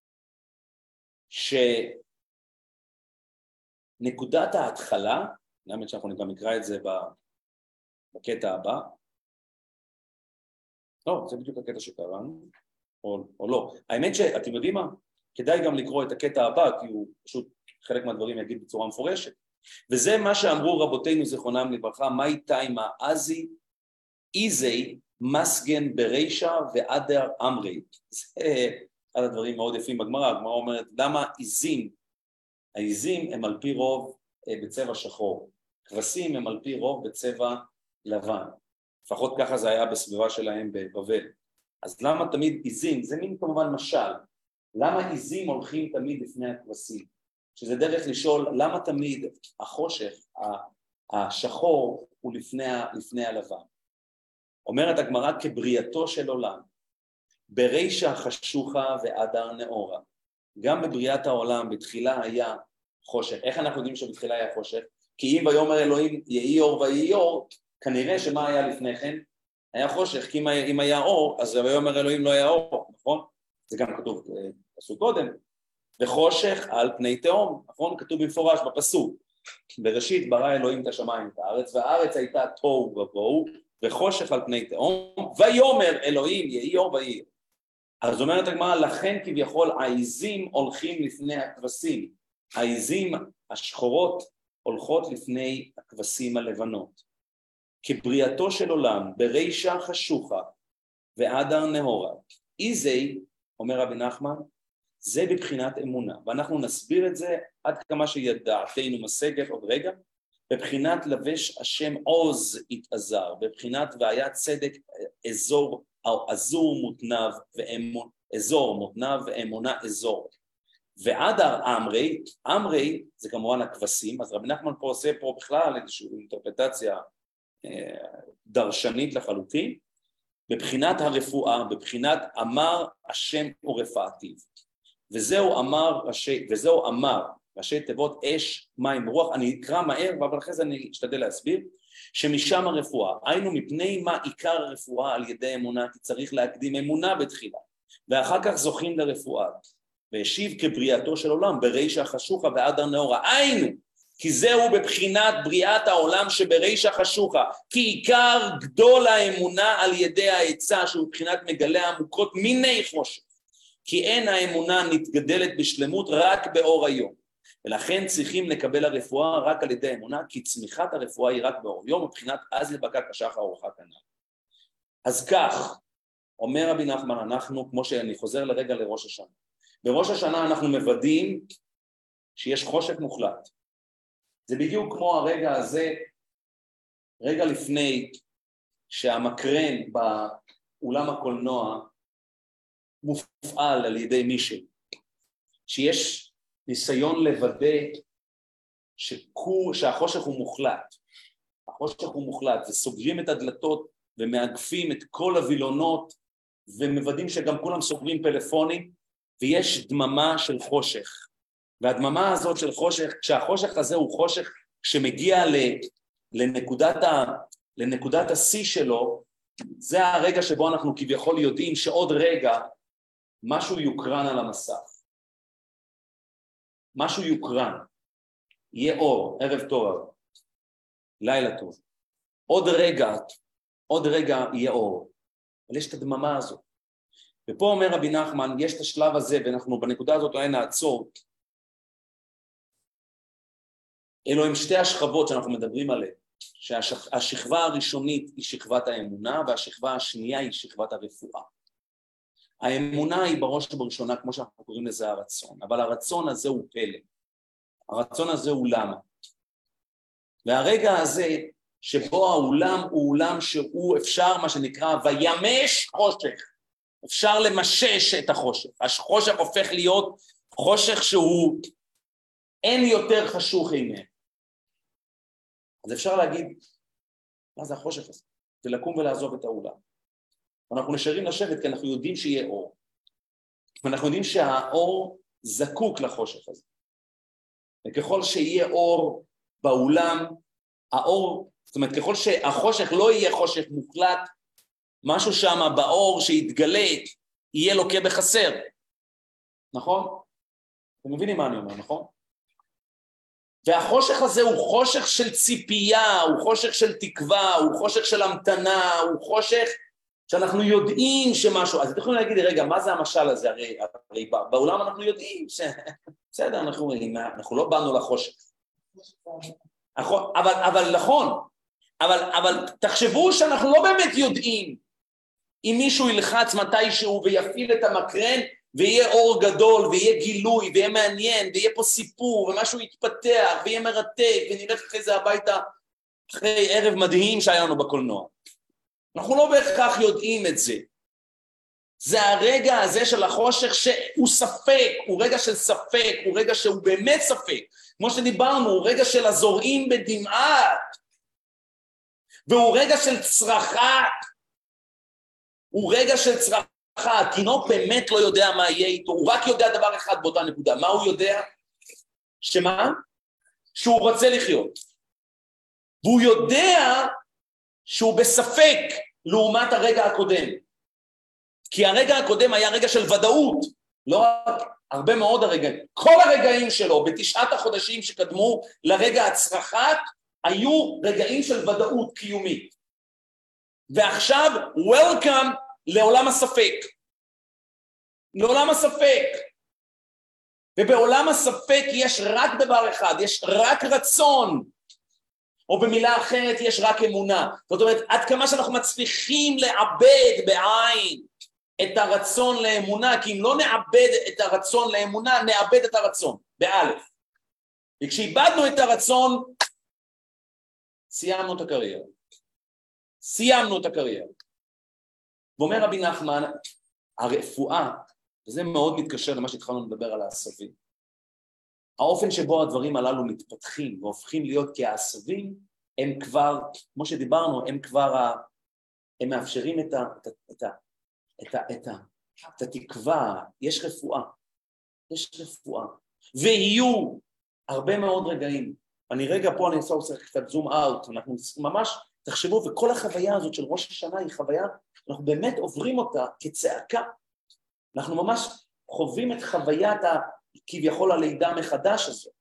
שנקודת ההתחלה, נאמת שאנחנו גם נקרא את זה בקטע הבא, לא, זה בדיוק הקטע שקראנו, או, או לא. האמת שאתם יודעים מה? כדאי גם לקרוא את הקטע הבא, כי הוא פשוט חלק מהדברים יגיד בצורה מפורשת. וזה מה שאמרו רבותינו זיכרונם לברכה, מאי תימא עזי, איזי מסגן ברישה ואדר אמרי. זה אחד הדברים מאוד יפים בגמרא. הגמרא אומרת, למה עיזים? העיזים הם על פי רוב בצבע שחור. כבשים הם על פי רוב בצבע לבן. לפחות ככה זה היה בסביבה שלהם בבבל. אז למה תמיד עיזים? זה מין כמובן משל. למה עיזים הולכים תמיד לפני הכבשים? שזה דרך לשאול למה תמיד החושך, השחור, הוא לפני, לפני הלבן. אומרת הגמרא כבריאתו של עולם, ברישה חשוכה ואדר נאורה. גם בבריאת העולם בתחילה היה חושך. איך אנחנו יודעים שבתחילה היה חושך? כי אם ויאמר אלוהים יהי אור ויהי אור, כנראה שמה היה לפני כן? היה חושך, כי אם היה אור, אז ויאמר אלוהים לא היה אור, נכון? זה גם כתוב פסוק קודם. וחושך על פני תהום, נכון? כתוב במפורש בפסוק. בראשית ברא אלוהים את השמיים ואת הארץ, והארץ הייתה תוהו ובוהו, וחושך על פני תהום, ויאמר אלוהים יהי אור ויהי. אז אומרת הגמרא, לכן כביכול העיזים הולכים לפני הכבשים. העיזים השחורות הולכות לפני הכבשים הלבנות. כבריאתו של עולם, ברישה חשוכה ואדר נהורה. איזי, אומר רבי נחמן, זה בבחינת אמונה, ואנחנו נסביר את זה עד כמה שידעתנו משגת עוד רגע, בבחינת לבש השם עוז התעזר, בבחינת והיה צדק אזור, או אזור מותנב ואמון, אזור מותנב ואמונה אזור. ועדר אמרי, אמרי זה כמובן הכבשים, אז רבי נחמן פה עושה פה בכלל איזושהי אינטרפטציה אה, דרשנית לחלוטין, בבחינת הרפואה, בבחינת אמר השם ורפאתיו. וזהו אמר ראשי, וזהו אמר ראשי תיבות אש, מים, רוח. אני אקרא מהר, אבל אחרי זה אני אשתדל להסביר, שמשם הרפואה, היינו מפני מה עיקר הרפואה על ידי אמונה, כי צריך להקדים אמונה בתחילה, ואחר כך זוכים לרפואה. והשיב כבריאתו של עולם, ברישה חשוכה ואדר נאורה, היינו, כי זהו בבחינת בריאת העולם שברישה חשוכה, כי עיקר גדול האמונה על ידי העצה, שהוא בבחינת מגלה עמוקות מיני חושך. כי אין האמונה נתגדלת בשלמות רק באור היום, ולכן צריכים לקבל הרפואה רק על ידי האמונה, כי צמיחת הרפואה היא רק באור יום, מבחינת אז לבקת השחר ארוחה כנ"ל. אז כך, אומר רבי נחמן, אנחנו, כמו שאני חוזר לרגע לראש השנה, בראש השנה אנחנו מוודאים שיש חושך מוחלט. זה בדיוק כמו הרגע הזה רגע לפני שהמקרן באולם הקולנוע מופעל על ידי מישהו, שיש ניסיון לוודא שכו, שהחושך הוא מוחלט, החושך הוא מוחלט, וסוגרים את הדלתות ומאגפים את כל הווילונות ומוודאים שגם כולם סוגרים פלאפונים, ויש דממה של חושך. והדממה הזאת של חושך, כשהחושך הזה הוא חושך שמגיע לנקודת, ה, לנקודת השיא שלו, זה הרגע שבו אנחנו כביכול יודעים שעוד רגע משהו יוקרן על המסך. משהו יוקרן. יהיה אור, ערב טוב, לילה טוב. עוד רגע, עוד רגע יהיה אור. אבל יש את הדממה הזאת. ופה אומר רבי נחמן, יש את השלב הזה, ואנחנו בנקודה הזאת אולי נעצור. אלו הם שתי השכבות שאנחנו מדברים עליהן, שהשכבה הראשונית היא שכבת האמונה, והשכבה השנייה היא שכבת הרפואה. האמונה היא בראש ובראשונה, כמו שאנחנו קוראים לזה הרצון, אבל הרצון הזה הוא פלא. הרצון הזה הוא למה. והרגע הזה, שבו העולם הוא עולם שהוא אפשר מה שנקרא וימש חושך, אפשר למשש את החושך, החושך הופך להיות חושך שהוא אין יותר חשוך הימי. אז אפשר להגיד, מה זה החושך הזה? ולקום ולעזוב את העולם. אנחנו נשארים לשבת כי אנחנו יודעים שיהיה אור, ואנחנו יודעים שהאור זקוק לחושך הזה. וככל שיהיה אור בעולם, האור, זאת אומרת, ככל שהחושך לא יהיה חושך מוחלט, משהו שם באור שיתגלה, יהיה לוקה בחסר. נכון? אתם מבינים מה אני אומר, נכון? והחושך הזה הוא חושך של ציפייה, הוא חושך של תקווה, הוא חושך של המתנה, הוא חושך שאנחנו יודעים שמשהו, אז אתם יכולים להגיד, רגע, מה זה המשל הזה? הרי, הרי בעולם אנחנו יודעים ש... בסדר, אנחנו, אנחנו לא באנו לחושך. אבל, אבל נכון, אבל, אבל תחשבו שאנחנו לא באמת יודעים אם מישהו ילחץ מתישהו ויפעיל את המקרן ויהיה אור גדול ויהיה גילוי ויהיה מעניין ויהיה פה סיפור ומשהו יתפתח ויהיה מרתק ונלך אחרי זה הביתה אחרי ערב מדהים שהיה לנו בקולנוע. אנחנו לא בהכרח יודעים את זה. זה הרגע הזה של החושך שהוא ספק, הוא רגע של ספק, הוא רגע שהוא באמת ספק. כמו שדיברנו, הוא רגע של הזורעים בדמעה, והוא רגע של צרחה, הוא רגע של צרחה, התינוק באמת לא יודע מה יהיה איתו, הוא רק יודע דבר אחד באותה נקודה. מה הוא יודע? שמה? שהוא רוצה לחיות. והוא יודע שהוא בספק לעומת הרגע הקודם. כי הרגע הקודם היה רגע של ודאות, לא רק הרבה מאוד הרגעים. כל הרגעים שלו בתשעת החודשים שקדמו לרגע הצרחת, היו רגעים של ודאות קיומית. ועכשיו, welcome לעולם הספק. לעולם הספק. ובעולם הספק יש רק דבר אחד, יש רק רצון. או במילה אחרת יש רק אמונה. זאת אומרת, עד כמה שאנחנו מצליחים לעבד בעין את הרצון לאמונה, כי אם לא נעבד את הרצון לאמונה, נאבד את הרצון, באלף. וכשאיבדנו את הרצון, סיימנו את הקריירה. סיימנו את הקריירה. ואומר רבי נחמן, הרפואה, וזה מאוד מתקשר למה שהתחלנו לדבר על העשבים, האופן שבו הדברים הללו מתפתחים והופכים להיות כעשבים, הם כבר, כמו שדיברנו, הם כבר, הם מאפשרים את ה, את ה, את ה, את ה, את ה, את התקווה, יש רפואה, יש רפואה, ויהיו הרבה מאוד רגעים. אני רגע פה, אני עושה קצת זום אאוט, אנחנו ממש, תחשבו, וכל החוויה הזאת של ראש השנה היא חוויה, אנחנו באמת עוברים אותה כצעקה, אנחנו ממש חווים את חוויית ה... כביכול הלידה מחדש הזו.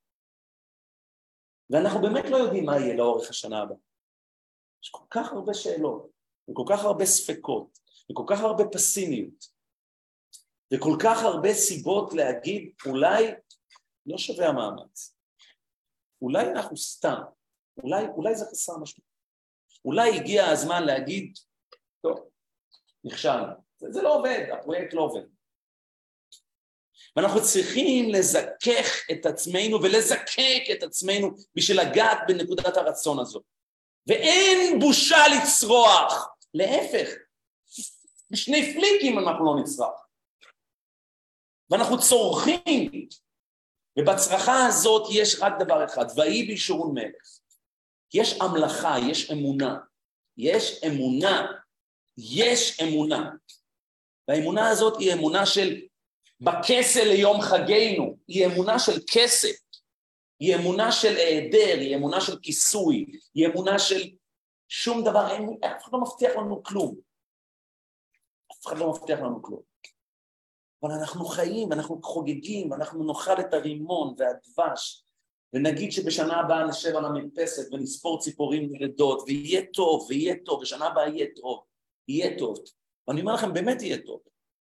ואנחנו באמת לא יודעים מה יהיה לאורך השנה הבאה. יש כל כך הרבה שאלות, וכל כך הרבה ספקות, וכל כך הרבה פסימיות, וכל כך הרבה סיבות להגיד, אולי לא שווה המאמץ. אולי אנחנו סתם, אולי, אולי זה חסר משהו. אולי הגיע הזמן להגיד, טוב, נכשלנו. זה, זה לא עובד, הפרויקט לא עובד. ואנחנו צריכים לזכך את עצמנו ולזקק את עצמנו בשביל לגעת בנקודת הרצון הזו. ואין בושה לצרוח, להפך, בשני פליקים אנחנו לא נצרח, ואנחנו צורכים, ובצרחה הזאת יש רק דבר אחד, ויהי בישורון מלך, יש המלאכה, יש אמונה, יש אמונה, יש אמונה, והאמונה הזאת היא אמונה של בכסל ליום חגינו, היא אמונה של כסף, היא אמונה של העדר, היא אמונה של כיסוי, היא אמונה של שום דבר, אין, אף אחד לא מבטיח לנו כלום, אף אחד לא מבטיח לנו כלום, אבל אנחנו חיים, אנחנו חוגגים, אנחנו נאכל את הרימון והדבש, ונגיד שבשנה הבאה נשב על המרפסת ונספור ציפורים נלדות, ויהיה טוב, ויהיה טוב, בשנה הבאה יהיה טוב, יהיה טוב, ואני אומר לכם, באמת יהיה טוב,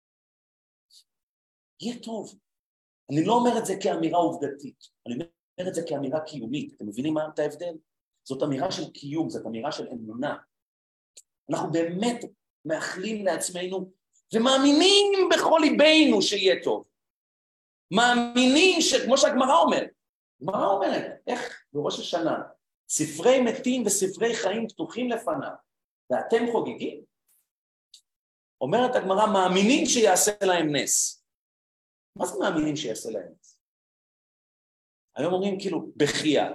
יהיה טוב. אני לא אומר את זה כאמירה עובדתית, אני אומר את זה כאמירה קיומית. אתם מבינים מה את ההבדל? זאת אמירה של קיום, זאת אמירה של אמונה. אנחנו באמת מאחלים לעצמנו, ומאמינים בכל ליבנו שיהיה טוב. מאמינים שכמו שהגמרא אומרת, הגמרא אומרת, איך בראש השנה, ספרי מתים וספרי חיים פתוחים לפניו, ואתם חוגגים? אומרת הגמרא, מאמינים שיעשה להם נס. מה זה מאמינים שיעשה להם נס? היום אומרים כאילו, בחייאת.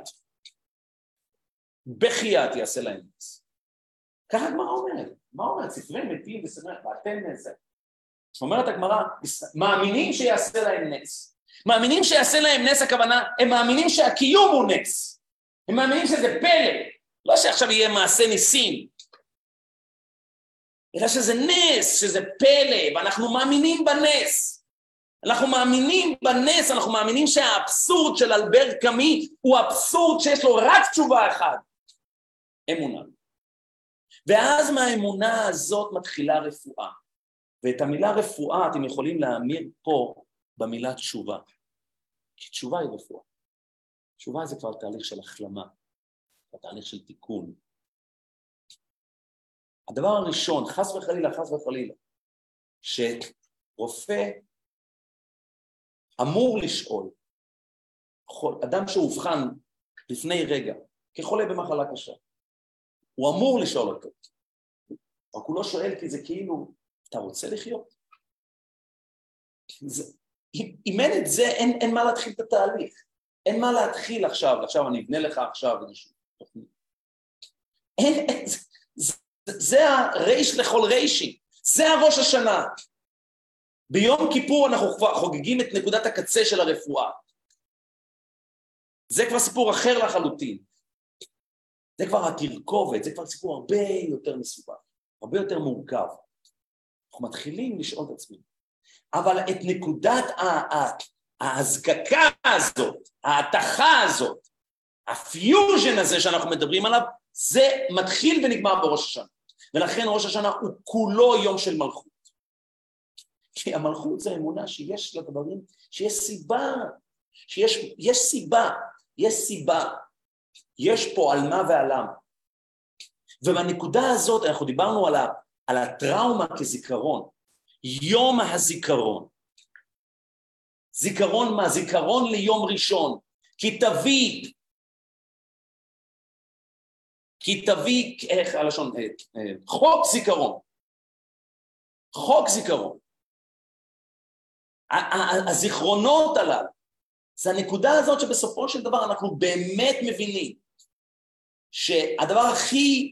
בחייאת יעשה להם נס. ככה הגמרא אומרת. מה אומרת? ספרי מתים וספרי, ואתם נס. אומרת הגמרא, מאמינים שיעשה להם נס. מאמינים שיעשה להם נס, הכוונה, הם מאמינים שהקיום הוא נס. הם מאמינים שזה פלא. לא שעכשיו יהיה מעשה ניסים. אלא שזה נס, שזה פלא, ואנחנו מאמינים בנס. אנחנו מאמינים בנס, אנחנו מאמינים שהאבסורד של אלבר קאמי הוא אבסורד שיש לו רק תשובה אחת, אמונה. ואז מהאמונה הזאת מתחילה רפואה, ואת המילה רפואה אתם יכולים להמיר פה במילה תשובה, כי תשובה היא רפואה. תשובה זה כבר תהליך של החלמה, תהליך של תיקון. הדבר הראשון, חס וחלילה, חס וחלילה, שרופא אמור לשאול, אדם שהובחן לפני רגע, כחולה במחלה קשה, הוא אמור לשאול אותו, רק הוא לא שואל כי זה כאילו, אתה רוצה לחיות? זה, אם אין את זה, אין, אין מה להתחיל את התהליך, אין מה להתחיל עכשיו, עכשיו אני אבנה לך עכשיו איזושהי תוכנית. אין, אין, זה, זה, זה הריש לכל רישי, זה הראש השנה. ביום כיפור אנחנו כבר חוגגים את נקודת הקצה של הרפואה. זה כבר סיפור אחר לחלוטין. זה כבר התרכובת, זה כבר סיפור הרבה יותר מסובך, הרבה יותר מורכב. אנחנו מתחילים לשאול את עצמנו. אבל את נקודת ההזקקה הזאת, ההתחה הזאת, הפיוז'ן הזה שאנחנו מדברים עליו, זה מתחיל ונגמר בראש השנה. ולכן ראש השנה הוא כולו יום של מלכות. כי המלכות זה אמונה שיש לדברים, שיש סיבה, שיש יש סיבה, יש סיבה, יש פה על מה ועל למה. ובנקודה הזאת אנחנו דיברנו על, ה, על הטראומה כזיכרון, יום הזיכרון. זיכרון מה? זיכרון ליום ראשון, כי תביא, כי תביא, איך הלשון, חוק זיכרון, חוק זיכרון. הזיכרונות עליו, זה הנקודה הזאת שבסופו של דבר אנחנו באמת מבינים שהדבר הכי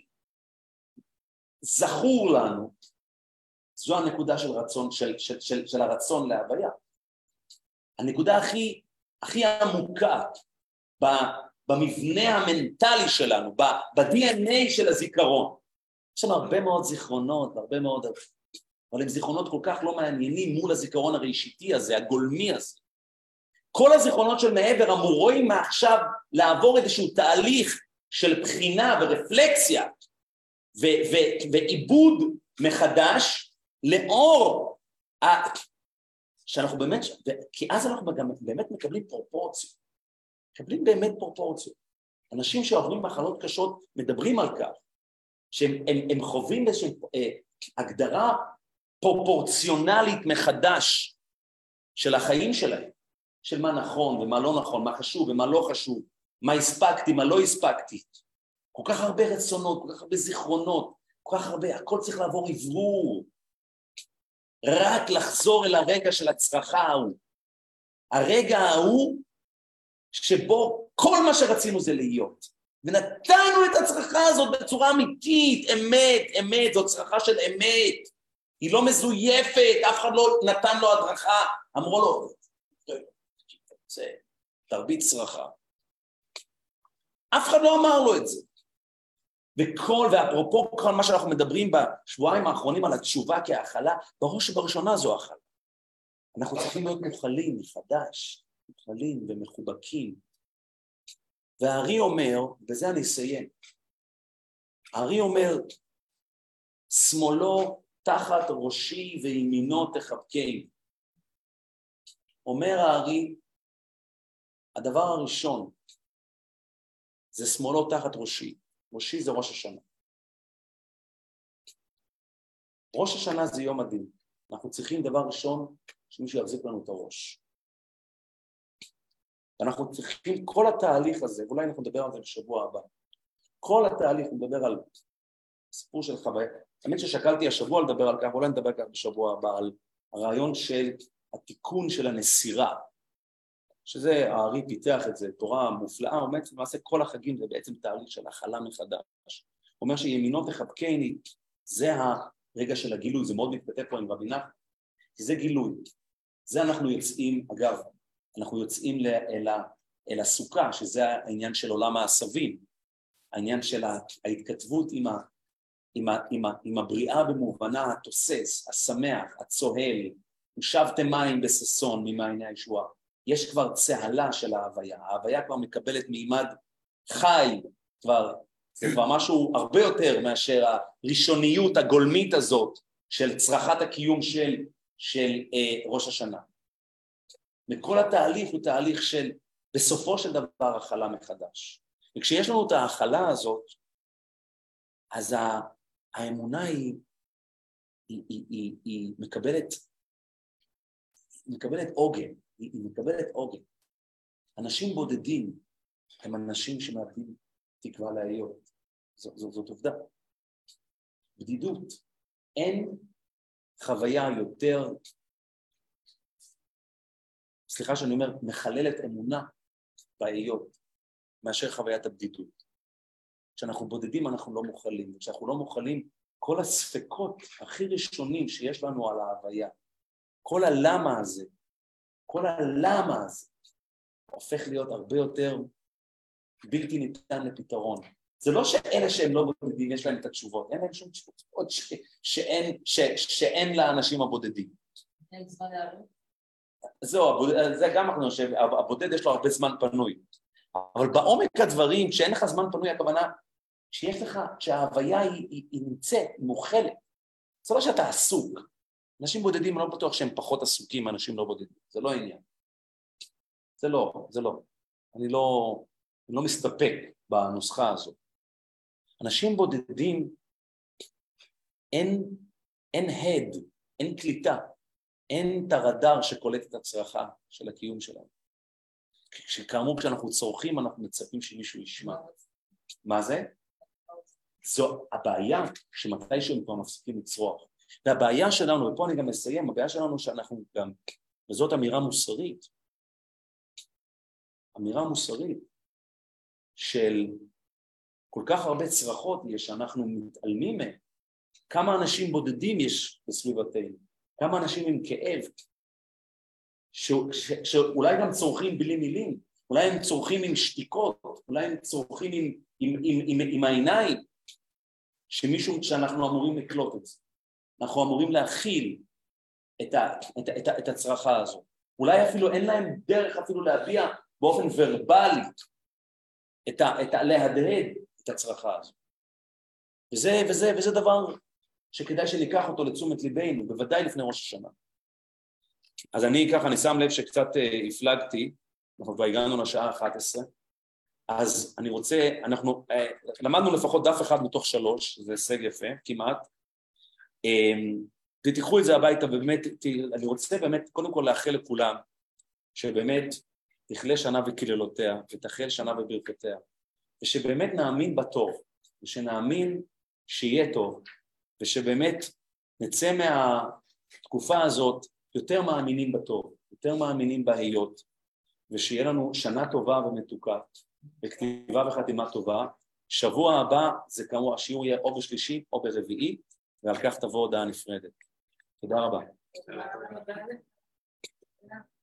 זכור לנו, זו הנקודה של רצון, של, של, של, של הרצון להוויה. הנקודה הכי, הכי עמוקה במבנה המנטלי שלנו, ב-די אן איי של הזיכרון. יש לנו הרבה מאוד זיכרונות, הרבה מאוד... אבל הם זיכרונות כל כך לא מעניינים מול הזיכרון הראשיתי הזה, הגולמי הזה. כל הזיכרונות של מעבר אמורים מעכשיו לעבור איזשהו תהליך של בחינה ורפלקסיה ו- ו- ועיבוד מחדש לאור ה... שאנחנו באמת, כי אז אנחנו גם באמת מקבלים פרופורציות, מקבלים באמת פרופורציות. אנשים שעוברים מחלות קשות מדברים על כך, שהם הם, הם חווים איזושהי אה, הגדרה פרופורציונלית מחדש של החיים שלהם, של מה נכון ומה לא נכון, מה חשוב ומה לא חשוב, מה הספקתי, מה לא הספקתי. כל כך הרבה רצונות, כל כך הרבה זיכרונות, כל כך הרבה, הכל צריך לעבור עברור. רק לחזור אל הרגע של הצרחה ההוא. הרגע ההוא שבו כל מה שרצינו זה להיות. ונתנו את הצרחה הזאת בצורה אמיתית, אמת, אמת, זו צרחה של אמת. היא לא מזויפת, אף אחד לא נתן לו הדרכה. אמרו לו, זה תרבית צרחה. אף אחד לא אמר לו את זה. וכל, ואפרופו כל מה שאנחנו מדברים בשבועיים האחרונים על התשובה כהאכלה, בראש ובראשונה זו האכלה. אנחנו צריכים להיות מוכלים מחדש, מוכלים ומחובקים. והארי אומר, בזה אני אסיים, הארי אומר, שמאלו תחת ראשי וימינו תחבקני. אומר הארי, הדבר הראשון, זה שמאלו תחת ראשי. ראשי זה ראש השנה. ראש השנה זה יום הדין. אנחנו צריכים דבר ראשון, שמישהו יחזיק לנו את הראש. אנחנו צריכים כל התהליך הזה, ואולי אנחנו נדבר על זה בשבוע הבא, כל התהליך, נדבר על סיפור של חוויה, האמת ששקלתי השבוע לדבר על כך, אולי נדבר כך בשבוע הבא, על הרעיון של התיקון של הנסירה, שזה, הארי פיתח את זה, תורה מופלאה, אומר, למעשה כל החגים זה בעצם תהליך של החלה מחדש. הוא אומר שימינו תחבקני, זה הרגע של הגילוי, זה מאוד מתכתב פה עם רבי נחמן, כי זה גילוי. זה אנחנו יוצאים, אגב, אנחנו יוצאים אל, אל הסוכה, שזה העניין של עולם העשבים, העניין של ההתכתבות עם, ה, עם, ה, עם, ה, עם הבריאה במובנה התוסס, השמח, הצוהל, ושבתם מים בששון ממעייני הישועה. יש כבר צהלה של ההוויה, ההוויה כבר מקבלת מימד חי, כבר, זה כבר משהו הרבה יותר מאשר הראשוניות הגולמית הזאת של צרכת הקיום של, של אה, ראש השנה. וכל התהליך הוא תהליך של בסופו של דבר החלה מחדש. וכשיש לנו את ההחלה הזאת, אז האמונה היא, היא, היא, היא, היא מקבלת, מקבלת עוגן, היא, היא מקבלת עוגן. אנשים בודדים הם אנשים שמאבדים תקווה להיות. זאת, זאת, זאת עובדה. בדידות. אין חוויה יותר, סליחה שאני אומר, מחללת אמונה בהיות, מאשר חוויית הבדידות. כשאנחנו בודדים אנחנו לא מוכלים, וכשאנחנו לא מוכלים, כל הספקות הכי ראשונים שיש לנו על ההוויה, כל הלמה הזה, כל הלמה הזה, הופך להיות הרבה יותר בלתי ניתן לפתרון. זה לא שאלה שהם לא בודדים, יש להם את התשובות, אין להם שום תשובות ש- שאין, ש- שאין לאנשים הבודדים. אין זמן להבין? זהו, זה גם אנחנו חושב, הבודד יש לו הרבה זמן פנוי. אבל בעומק הדברים, כשאין לך זמן פנוי, הכוונה שיש לך, שההוויה היא, היא, היא נמצאת, היא מוכלת. זה לא שאתה עסוק. אנשים בודדים, אני לא בטוח שהם פחות עסוקים, אנשים לא בודדים. זה לא העניין. זה לא, זה לא. אני לא, אני לא מסתפק בנוסחה הזאת. אנשים בודדים, אין, אין הד, אין קליטה. אין את הרדאר שקולט את הצרחה של הקיום שלנו. כשכאמור, כשאנחנו צורכים, אנחנו מצפים שמישהו ישמע. מה זה? זו הבעיה שמתישהו הם כבר מפסיקים לצרוח. והבעיה שלנו, ופה אני גם מסיים, הבעיה שלנו שאנחנו גם, וזאת אמירה מוסרית, אמירה מוסרית של כל כך הרבה צרחות יש שאנחנו מתעלמים מהם. כמה אנשים בודדים יש בסביבתנו? כמה אנשים עם כאב, ש, ש, שאולי גם צורכים בלי מילים, אולי הם צורכים עם שתיקות, אולי הם צורכים עם, עם, עם, עם, עם העיניים, שמישהו שאנחנו אמורים לקלוט את זה. אנחנו אמורים להכיל את, ה, את, את, את הצרחה הזו. אולי אפילו אין להם דרך אפילו להביע באופן ורבלי, את ה, את ה, להדהד את הצרחה הזו. וזה, וזה, וזה דבר שכדאי שניקח אותו לתשומת ליבנו, בוודאי לפני ראש השנה. אז אני ככה, אני שם לב שקצת uh, הפלגתי, אנחנו כבר הגענו לשעה אחת עשרה, אז אני רוצה, אנחנו uh, למדנו לפחות דף אחד מתוך שלוש, זה הישג יפה, כמעט, um, ותיקחו את זה הביתה, ובאמת, ת, אני רוצה באמת, קודם כל לאחל לכולם, שבאמת תכלה שנה וקללותיה, ותחל שנה וברכותיה, ושבאמת נאמין בטוב, ושנאמין שיהיה טוב, ושבאמת נצא מהתקופה הזאת יותר מאמינים בטוב, יותר מאמינים בהיות, ושיהיה לנו שנה טובה ומתוקה, בכתיבה וחתימה טובה. שבוע הבא זה כמו השיעור יהיה או בשלישי או ברביעי, ועל כך תבוא הודעה נפרדת. תודה רבה.